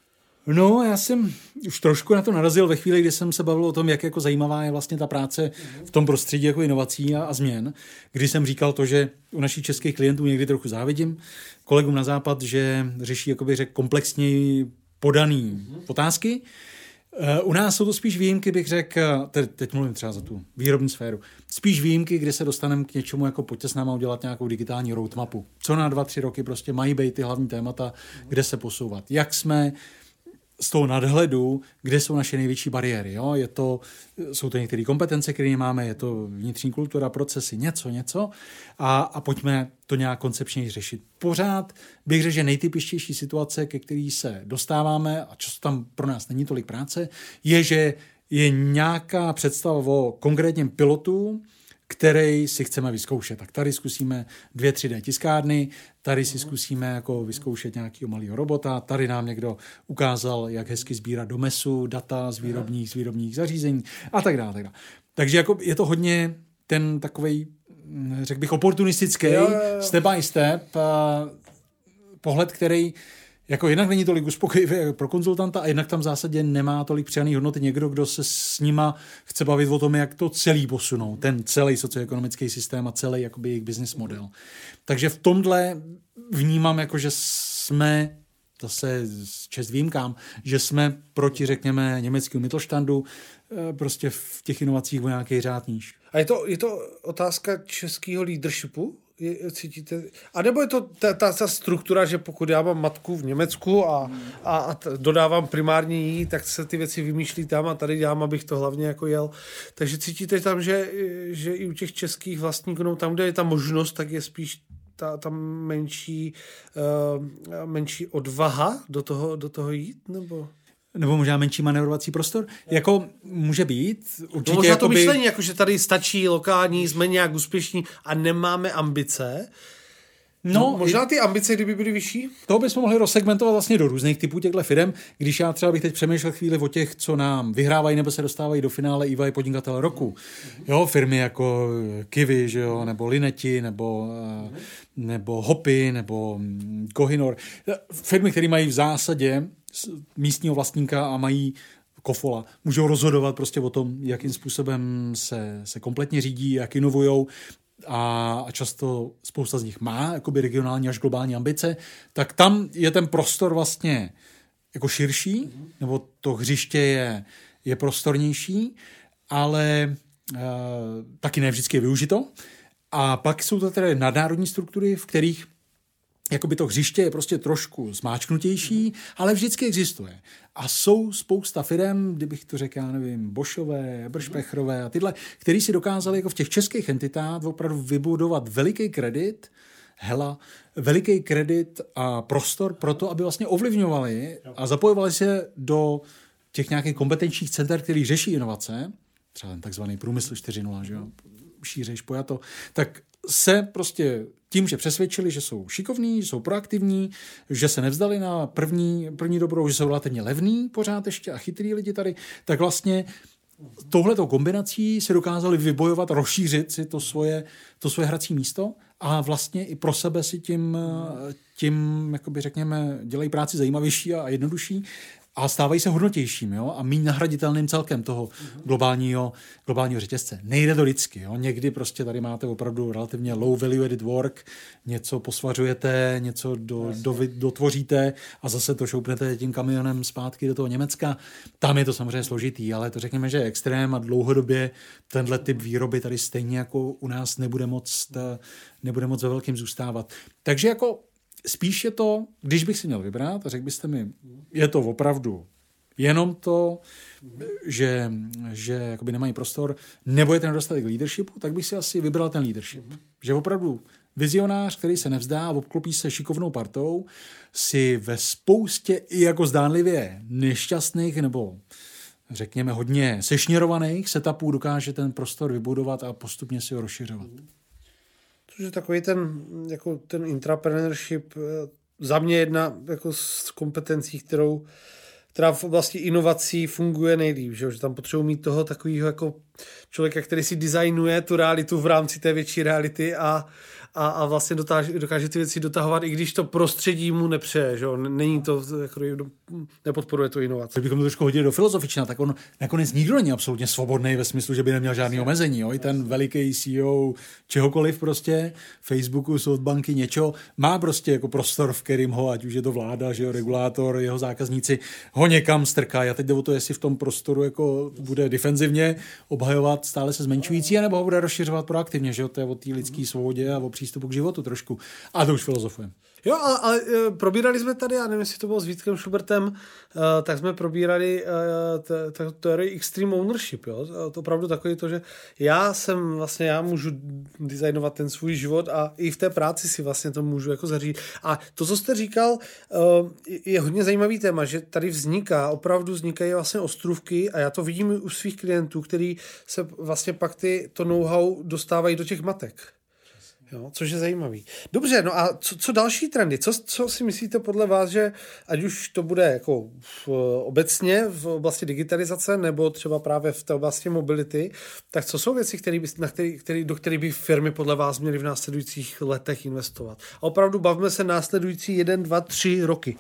No, já jsem už trošku na to narazil ve chvíli, kdy jsem se bavil o tom, jak jako zajímavá je vlastně ta práce v tom prostředí jako inovací a, a změn, kdy jsem říkal to, že u našich českých klientů někdy trochu závidím kolegům na západ, že řeší, jakoby řek, komplexněji podaný otázky. U nás jsou to spíš výjimky, bych řekl, teď, teď mluvím třeba za tu výrobní sféru, spíš výjimky, kde se dostaneme k něčemu, jako pojďte s náma udělat nějakou digitální roadmapu. Co na dva, tři roky prostě mají být ty hlavní témata, kde se posouvat. Jak jsme z toho nadhledu, kde jsou naše největší bariéry. Jo? Je to, jsou to některé kompetence, které máme, je to vnitřní kultura, procesy, něco, něco a, a pojďme to nějak koncepčně řešit. Pořád bych řekl, že nejtypičtější situace, ke který se dostáváme, a často tam pro nás není tolik práce, je, že je nějaká představa o konkrétním pilotu, který si chceme vyzkoušet. Tak tady zkusíme dvě tři dé tiskárny, tady si zkusíme jako vyzkoušet nějakého malého robota, tady nám někdo ukázal, jak hezky sbírat do mesu data z výrobních, z výrobních zařízení a tak dále. Tak dále. Takže jako je to hodně ten takovej, řekl bych, oportunistický, step by step pohled, který jako jednak není tolik uspokojivý pro konzultanta a jednak tam v zásadě nemá tolik přidaný hodnoty někdo, kdo se s nima chce bavit o tom, jak to celý posunou, ten celý socioekonomický systém a celý jakoby jejich business model. Takže v tomhle vnímám, jako, že jsme zase s čest výjimkám, že jsme proti, řekněme, německému Mittelstandu prostě v těch inovacích o nějaký řád níž. A je to, je to otázka českého leadershipu? Je, cítíte? A nebo je to ta, ta, ta struktura, že pokud já mám matku v Německu a, a, a t, dodávám primárně jí, tak se ty věci vymýšlí tam a tady dělám, abych to hlavně jako jel. Takže cítíte tam, že, že i u těch českých vlastníků, no, tam, kde je ta možnost, tak je spíš ta, ta menší, uh, menší odvaha do toho, do toho jít? Nebo... Nebo možná menší manévrovací prostor? Jako může být. Určitě no možná jakoby... to myšlení, jako že tady stačí lokální, jsme nějak úspěšní a nemáme ambice. No, možná ty ambice, kdyby byly vyšší? To bychom mohli rozsegmentovat vlastně do různých typů těchto firm. Když já třeba bych teď přemýšlel chvíli o těch, co nám vyhrávají nebo se dostávají do finále E Y podnikatel roku. Jo, firmy jako Kiwi, že jo, nebo Lineti, nebo, nebo Hopy, nebo Kohinoor. Firmy, které mají v zásadě místního vlastníka a mají kofola, můžou rozhodovat prostě o tom, jakým způsobem se, se kompletně řídí, jak inovujou, a často spousta z nich má jakoby regionální až globální ambice, tak tam je ten prostor vlastně jako širší, nebo to hřiště je, je prostornější, ale e, taky ne vždycky je využito. A pak jsou to tedy nadnárodní struktury, v kterých jakoby to hřiště je prostě trošku zmáčknutější, ale vždycky existuje. A jsou spousta firem, kdybych to řekl, já nevím, Boschové, Eberspechrové a tyhle, který si dokázali jako v těch českých entitách opravdu vybudovat veliký kredit, hela, veliký kredit a prostor pro to, aby vlastně ovlivňovali a zapojovali se do těch nějakých kompetenčních center, který řeší inovace, třeba ten takzvaný průmysl čtyři nula, že jo, šířejš pojato, tak se prostě tím, že přesvědčili, že jsou šikovní, že jsou proaktivní, že se nevzdali na první, první dobrou, že jsou relativně levný pořád ještě a chytrý lidi tady, tak vlastně touhletou kombinací si dokázali vybojovat, rozšířit si to svoje, to svoje hrací místo a vlastně i pro sebe si tím, tím jakoby řekněme, dělají práci zajímavější a jednodušší a stávají se hodnotějším, jo? A méně nahraditelným celkem toho globálního, globálního řetězce. Nejde to vždycky. Jo? Někdy prostě tady máte opravdu relativně low value added work, něco posvařujete, něco do, do, dotvoříte a zase to šoupnete tím kamionem zpátky do toho Německa. Tam je to samozřejmě složitý, ale to řekněme, že je extrém a dlouhodobě tenhle typ výroby tady stejně jako u nás nebude moc, nebude moc ve velkým zůstávat. Takže jako spíš je to, když bych si měl vybrat a řekl byste mi, je to opravdu jenom to, že, že jakoby nemají prostor, nebo je ten nedostatek leadershipu, tak bych si asi vybral ten leadership. Že opravdu vizionář, který se nevzdá a obklopí se šikovnou partou, si ve spoustě i jako zdánlivě nešťastných nebo řekněme hodně sešněrovaných setupů dokáže ten prostor vybudovat a postupně si ho rozšiřovat. Což je takový ten, jako ten intrapreneurship za mě jedna jako z kompetencí, kterou, která v oblasti inovací funguje nejlíp, že, že tam potřebuji mít toho takového jako člověka, který si designuje tu realitu v rámci té větší reality a, a, a vlastně dokáže, dokáže ty věci dotahovat, i když to prostředí mu nepřeje, že není to, jako, nepodporuje tu inovaci. Kdybychom to trošku hodili do filozofična, tak on nakonec nikdo není absolutně svobodný ve smyslu, že by neměl žádný omezení. Jo? I ten veliký C E O čehokoliv prostě, Facebooku, Softbanky, něčeho, má prostě jako prostor, v kterým ho, ať už je to vláda, že jo, regulátor, jeho zákazníci, ho někam strkají. A teď jde o to, jestli v tom prostoru jako bude defenzivně obhajovat stále se zmenšující, nebo ho bude rozšiřovat proaktivně, že jo, to je o té lidské svobodě a o přístupu k životu trošku. A to už filozofujeme. Jo, ale, ale probírali jsme tady, já nevím, jestli to bylo s Vítkem Schubertem, tak jsme probírali teorii extreme ownership, jo. To opravdu takový to, že já jsem vlastně, já můžu designovat ten svůj život a i v té práci si vlastně to můžu jako zařídit. A to, co jste říkal, je hodně zajímavý téma, že tady vzniká, opravdu vznikají vlastně ostrůvky a já to vidím u svých klientů, který se vlastně pak ty, to know-how dostávají do těch matek. Jo, což je zajímavý. Dobře, no a co, co další trendy? Co, co si myslíte podle vás, že ať už to bude jako v, obecně v oblasti digitalizace nebo třeba právě v té oblasti mobility, tak co jsou věci, který by, na který, který, do kterých by firmy podle vás měly v následujících letech investovat? A opravdu bavíme se následující jeden, dva, tři roky.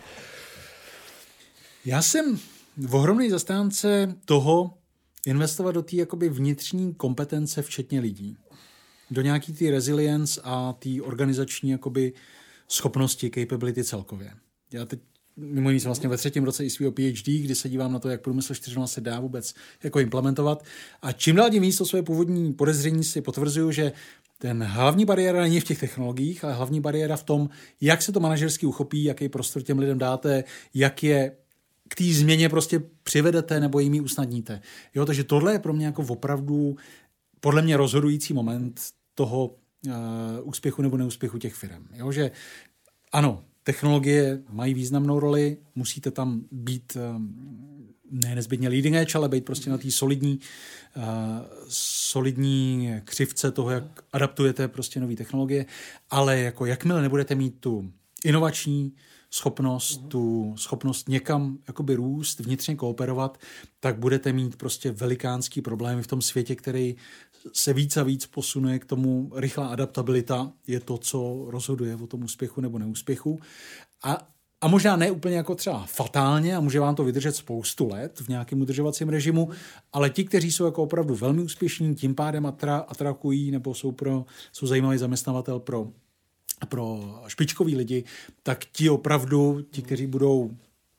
Já jsem ohromný zastánce toho investovat do té jakoby vnitřní kompetence včetně lidí. Do nějaký té resilience a té organizační jakoby schopnosti, capability celkově. Já teď mimo jiný jsem vlastně ve třetím roce i svého PhD, kdy se dívám na to, jak průmysl čtyři tečka nula se dá vůbec jako implementovat. A čím dál tím víc to své původní podezření si potvrzuju, že ten hlavní bariéra není v těch technologiích, ale hlavní bariéra v tom, jak se to manažersky uchopí, jaký prostor těm lidem dáte, jak je k té změně prostě přivedete nebo jim ji usnadníte. Jo, takže tohle je pro mě jako opravdu podle mě rozhodující moment toho uh, úspěchu nebo neúspěchu těch firm. Jo, že ano, technologie mají významnou roli, musíte tam být um, ne nezbytně leading edge, ale být prostě na té solidní, uh, solidní křivce toho, jak adaptujete prostě nové technologie, ale jako jakmile nebudete mít tu inovační schopnost, tu schopnost někam jakoby růst, vnitřně kooperovat, tak budete mít prostě velikánský problémy v tom světě, který se víc a víc posunuje k tomu. Rychlá adaptabilita je to, co rozhoduje o tom úspěchu nebo neúspěchu. A, a možná ne úplně jako třeba fatálně a může vám to vydržet spoustu let v nějakém udržovacím režimu, ale ti, kteří jsou jako opravdu velmi úspěšní, tím pádem atra, atrakují nebo jsou, pro, jsou zajímavý zaměstnavatel pro pro špičkový lidi, tak ti opravdu, ti, kteří budou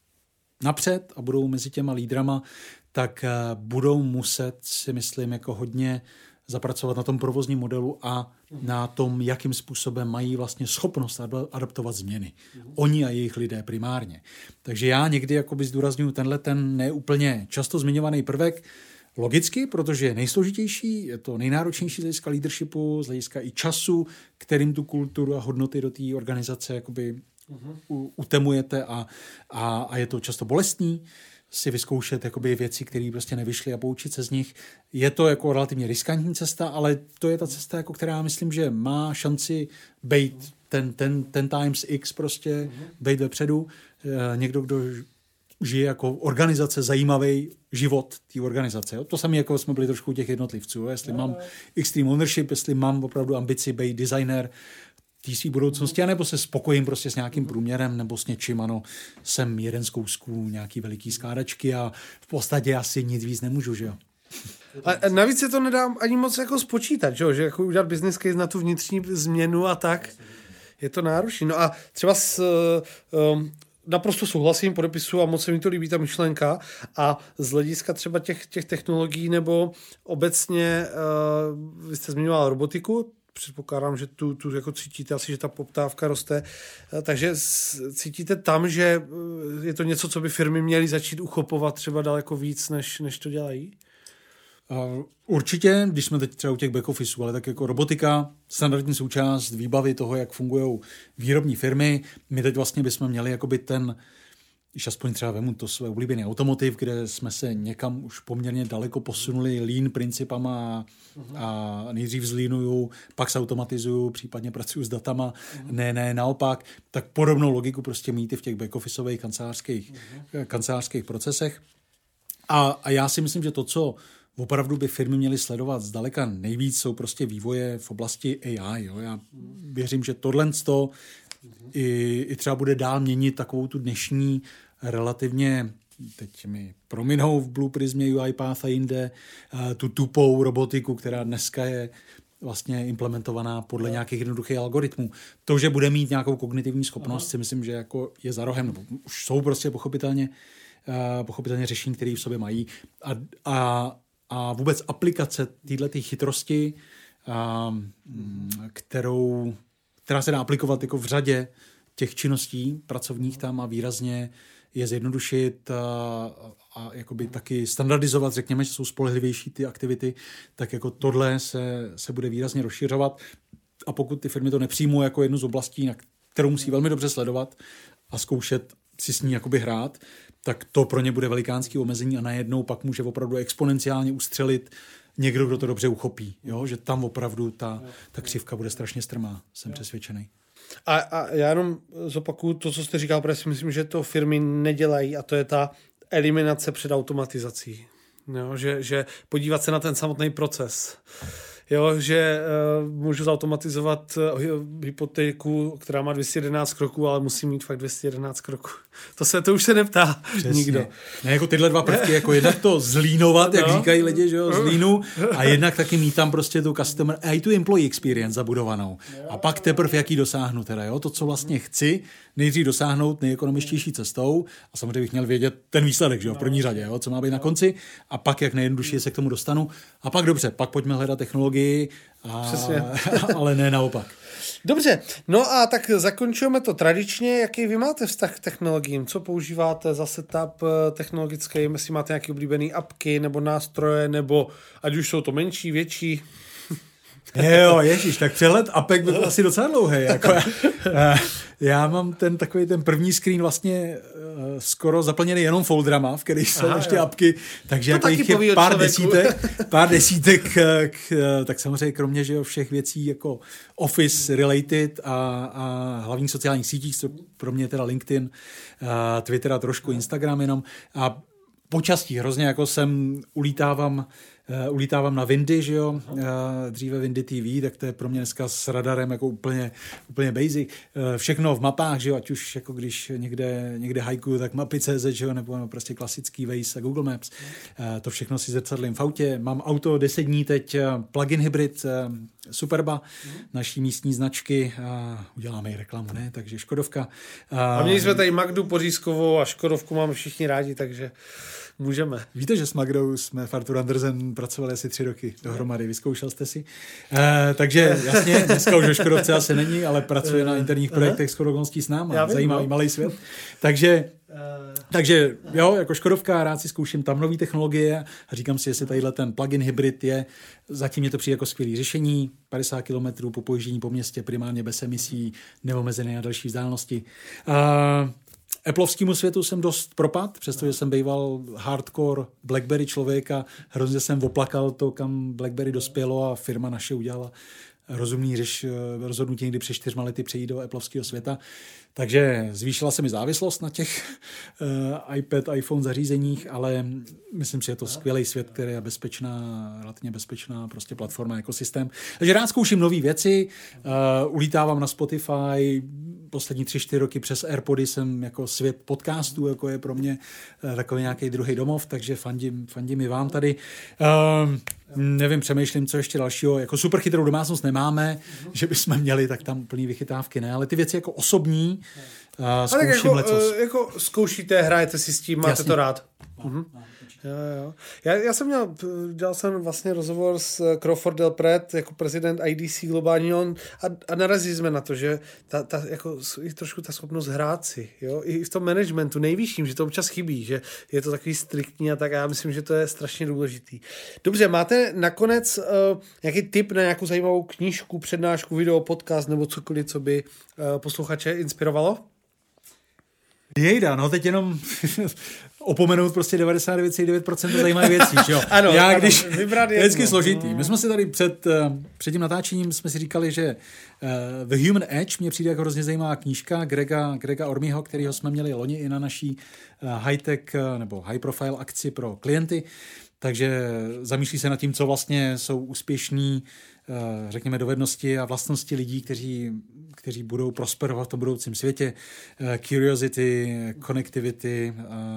napřed a budou mezi těma lídrama, tak budou muset, si myslím, jako hodně zapracovat na tom provozním modelu a na tom, jakým způsobem mají vlastně schopnost adaptovat změny. Oni a jejich lidé primárně. Takže já někdy jakoby zdůraznuju tenhle ten neúplně často zmiňovaný prvek, logicky, protože je nejsložitější, je to nejnáročnější z hlediska leadershipu, z hlediska i času, kterým tu kulturu a hodnoty do té organizace jakoby uh-huh. utemujete a, a, a je to často bolestný si vyzkoušet jakoby věci, které prostě nevyšly a poučit se z nich. Je to jako relativně riskantní cesta, ale to je ta cesta, jako která myslím, že má šanci být ten, ten, ten times X prostě, uh-huh. být vepředu. Někdo, kdo žije jako organizace zajímavý život té organizace. Jo? To samé, jako jsme byli trošku u těch jednotlivců. Jo? Jestli mám extreme ownership, jestli mám opravdu ambici být designer té své budoucnosti, anebo se spokojím prostě s nějakým průměrem nebo s něčím, ano, jsem jeden z kousků nějaký veliký skládačky a v podstatě asi nic víc nemůžu, že jo. A navíc se to nedá ani moc jako spočítat, že, jo? Že jako udělat business case na tu vnitřní změnu a tak je to náročné. No a třeba s um, naprosto souhlasím, podepisuju a moc se mi to líbí ta myšlenka a z hlediska třeba těch, těch technologií nebo obecně, uh, vy jste zmiňoval robotiku, předpokládám, že tu, tu jako cítíte asi, že ta poptávka roste, uh, takže s, cítíte tam, že uh, je to něco, co by firmy měly začít uchopovat třeba daleko víc, než, než to dělají? Uh, určitě, když jsme teď třeba u těch back officeů, ale tak jako robotika, standardní součást výbavy toho, jak fungují výrobní firmy. My teď vlastně bychom měli jakoby ten, když aspoň třeba vemu to své oblíbený automotiv, kde jsme se někam už poměrně daleko posunuli lean principama a, a nejdřív zlínuju, pak se automatizuju, případně pracuju s datama, uh-huh. ne, ne, naopak, tak podobnou logiku prostě mít i v těch back officeových kancelářských, uh-huh. kancelářských procesech. A, a já si myslím, že to, co opravdu by firmy měly sledovat zdaleka nejvíc, jsou prostě vývoje v oblasti A I. Jo. Já věřím, že tohle i, i třeba bude dál měnit takovou tu dnešní relativně, teď mi prominou v Blue Prismě, U I Path a jinde, tu tupou robotiku, která dneska je vlastně implementovaná podle nějakých jednoduchých algoritmů. To, že bude mít nějakou kognitivní schopnost, Aha. si myslím, že jako je za rohem, nebo už jsou prostě pochopitelně, pochopitelně řešení, které v sobě mají. A, a A vůbec aplikace této chytrosti, kterou, která se dá aplikovat jako v řadě těch činností pracovních tam a výrazně je zjednodušit a, a jakoby taky standardizovat, řekněme, že jsou spolehlivější ty aktivity, tak jako tohle se, se bude výrazně rozšiřovat. A pokud ty firmy to nepřijmou jako jednu z oblastí, na kterou musí velmi dobře sledovat a zkoušet si s ní jakoby hrát, tak to pro ně bude velikánský omezení a najednou pak může opravdu exponenciálně ustřelit někdo, kdo to dobře uchopí, jo? Že tam opravdu ta, ta křivka bude strašně strmá, jsem přesvědčený. A, a já jenom zopakuju to, co jste říkal, protože si myslím, že to firmy nedělají a to je ta eliminace před automatizací. Jo? Že, že podívat se na ten samotný proces. Jo, že uh, můžu zautomatizovat uh, hypotéku, která má dvě stě jedenáct kroků, ale musím mít fakt dvě stě jedenáct kroků. To se to už se neptá Přesně. nikdo. Ne, jako tyhle dva prvky, jako jednak to zlínovat, jak no. říkají lidi, že jo, zlínu, a jednak taky mít tam prostě tu customer, a i tu employee experience zabudovanou. A pak teprve, jaký dosáhnu teda, jo, to, co vlastně chci, nejdřív dosáhnout nejekonomičtější cestou, a samozřejmě bych měl vědět ten výsledek, že jo, v první řadě, jo, co má být na konci, a pak jak nejjednodušeji se k tomu dostanu, a pak dobře, pak pojďme hledat technologii, a, ale ne naopak. Dobře, no a tak zakončujeme to tradičně. Jaký vy máte vztah k technologiím? Co používáte za setup technologický? Jestli máte nějaké oblíbené apky nebo nástroje, nebo ať už jsou to menší, větší? Jo, ježiš, tak přehled apek by byl asi docela dlouhý. Jako já, já mám ten takový ten první screen vlastně uh, skoro zaplněný jenom foldrama, v kterých jsou ještě jo. apky, takže jako jich je pár desítek, pár desítek, k, tak samozřejmě kromě že jo, všech věcí jako Office related a, a hlavních sociálních sítích, co pro mě teda LinkedIn, uh, Twitter a trošku Instagram jenom a počasí hrozně jako sem ulítávám Uh, ulítávám na Windy, že jo, uh, dříve Windy T V, tak to je pro mě dneska s radarem jako úplně, úplně basic. Uh, všechno v mapách, že jo, ať už jako když někde, někde hajkuju, tak mapy tečka cé zet, že jo, nebo no, prostě klasický Waze a Google Maps. Uh, to všechno si zrcadlím v autě. Mám auto deset dní teď, uh, plug-in hybrid uh, Superba, mm. naší místní značky. Uh, uděláme i reklamu, ne? Takže Škodovka. Uh, a měli jsme tady Magdu Pořízkovou a Škodovku máme všichni rádi, takže můžeme. Víte, že s Magdou jsme v Arthur Andersen pracovali asi tři roky dohromady. Vyzkoušel jste si? Uh, takže jasně, dneska už o Škodovce asi není, ale pracuje na interních projektech s okolností s náma. Zajímavý no. malý svět. Takže, takže jo, jako Škodovka, rád si zkouším tam nové technologie a říkám si, jestli tadyhle ten plug-in hybrid je, zatím mě to přijde jako skvělé řešení, padesát kilometrů po pojíždění po městě, primárně bez emisí, neomezené na další vzdálenosti. Uh, Appleovskému světu jsem dost propad, přestože jsem býval hardcore BlackBerry člověk a hrozně jsem oplakal to, kam BlackBerry dospělo a firma naše udělala rozumný řeš, rozhodnutí někdy před čtyřma lety přejít do Appleovského světa. Takže zvýšila se mi závislost na těch uh, iPad, iPhone zařízeních, ale myslím si, že je to skvělý svět, který je bezpečná, relativně bezpečná prostě platforma, ekosystém. Takže rád zkouším nové věci, uh, ulítávám na Spotify, poslední tři, čtyři roky přes AirPody jsem jako svět podcastů, jako je pro mě uh, takový nějaký druhý domov, takže fandím, fandím i vám tady. Uh, nevím, přemýšlím, co ještě dalšího. Jako super chytrou domácnost nemáme, uh-huh. že bychom měli, tak tam plný vychytávky ne, ale ty věci jako osobní uh, zkouším jako, lecos. Jako zkoušíte, hrajete si s tím, máte Jasně. to rád. Uh-huh. Jo, jo. Já, já jsem měl, dělal jsem vlastně rozhovor s Crawford Del Pret jako prezident I D C globálního a, a narazili jsme na to, že ta, ta, jako, trošku ta schopnost hrát si, jo? I v tom managementu nejvyšším, že to občas chybí, že je to takový striktní a tak a já myslím, že to je strašně důležitý. Dobře, máte nakonec uh, nějaký tip na nějakou zajímavou knížku, přednášku, video, podcast nebo cokoliv, co by uh, posluchače inspirovalo? Jejda, no teď jenom opomenout prostě devadesát devět celá devět procent zajímavých věcí, jo. ano, Já ano, když, vybrat je vždycky složitý. My jsme si tady před, před tím natáčením jsme si říkali, že uh, The Human Edge mě přijde jako hrozně zajímavá knížka Grega, Grega Ormyho, kterýho jsme měli loni i na naší uh, high-tech uh, nebo high-profile akci pro klienty. Takže zamýšlí se nad tím, co vlastně jsou úspěšní, řekněme, dovednosti a vlastnosti lidí, kteří, kteří budou prosperovat v tom budoucím světě. Curiosity, connectivity,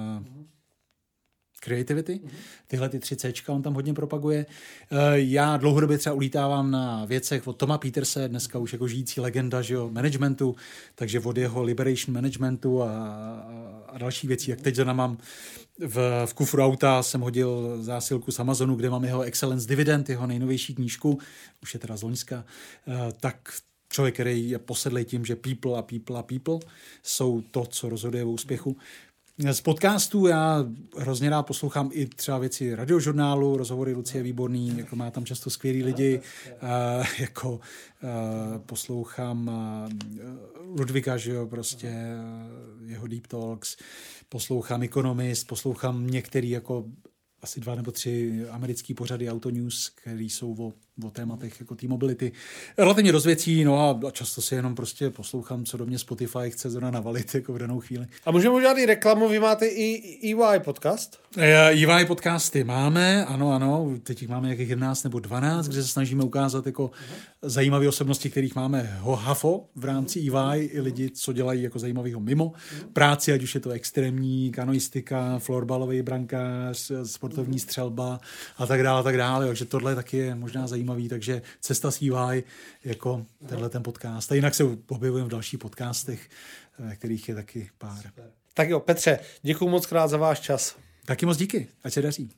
creativity. Tyhle ty tři Cčka on tam hodně propaguje. Já dlouhodobě třeba ulítávám na věcech od Toma Peterse, dneska už jako žijící legenda, že jo, managementu, takže od jeho liberation managementu a, a další věcí. Jak teď zrovna mám v, v kufru auta jsem hodil zásilku z Amazonu, kde mám jeho Excellence Dividend, jeho nejnovější knížku, už je teda z loňska, tak člověk, který je posedlej tím, že people a people a people jsou to, co rozhoduje o úspěchu. Z podcastů já hrozně rád poslouchám i třeba věci radiožurnálu, rozhovory Lucie Výborný, jako má tam často skvělý lidi, uh, jako uh, poslouchám uh, Ludvíka, že jo, prostě uh, jeho Deep Talks, poslouchám Economist, poslouchám některý jako asi dva nebo tři americký pořady Autonews, který jsou o, o tématech jako té mobility. Relativně rozvěcí, no a často si jenom prostě poslouchám, co do mě Spotify chce zrovna navalit jako v danou chvíli. A můžeme udělat i reklamu, vy máte i E Y podcast? E Y podcasty máme, ano, ano, teď jich máme nějakých jedenáct nebo dvanáct, kde se snažíme ukázat jako zajímavé osobnosti, kterých máme ho hafo v rámci E Y, i lidi, co dělají jako zajímavého mimo práci, ať už je to extrémní kanoistika, florbalový brankář, sportovní střelba a tak dále, a tak dále. Takže tohle taky je možná zajímavý, takže cesta s E Y jako tenhle ten podcast. A jinak se objevujeme v dalších podcastech, kterých je taky pár. Tak jo, Petře, děkuju moc krát za váš čas. Taky moc díky, ať se daří.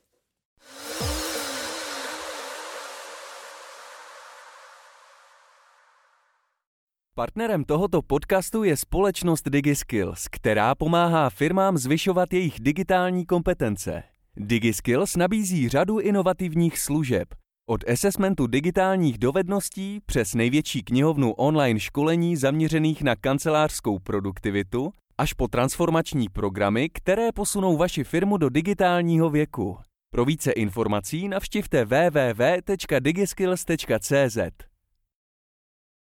Partnerem tohoto podcastu je společnost DigiSkills, která pomáhá firmám zvyšovat jejich digitální kompetence. DigiSkills nabízí řadu inovativních služeb. Od assessmentu digitálních dovedností přes největší knihovnu online školení zaměřených na kancelářskou produktivitu až po transformační programy, které posunou vaši firmu do digitálního věku. Pro více informací navštivte w w w tečka digiskills tečka c z.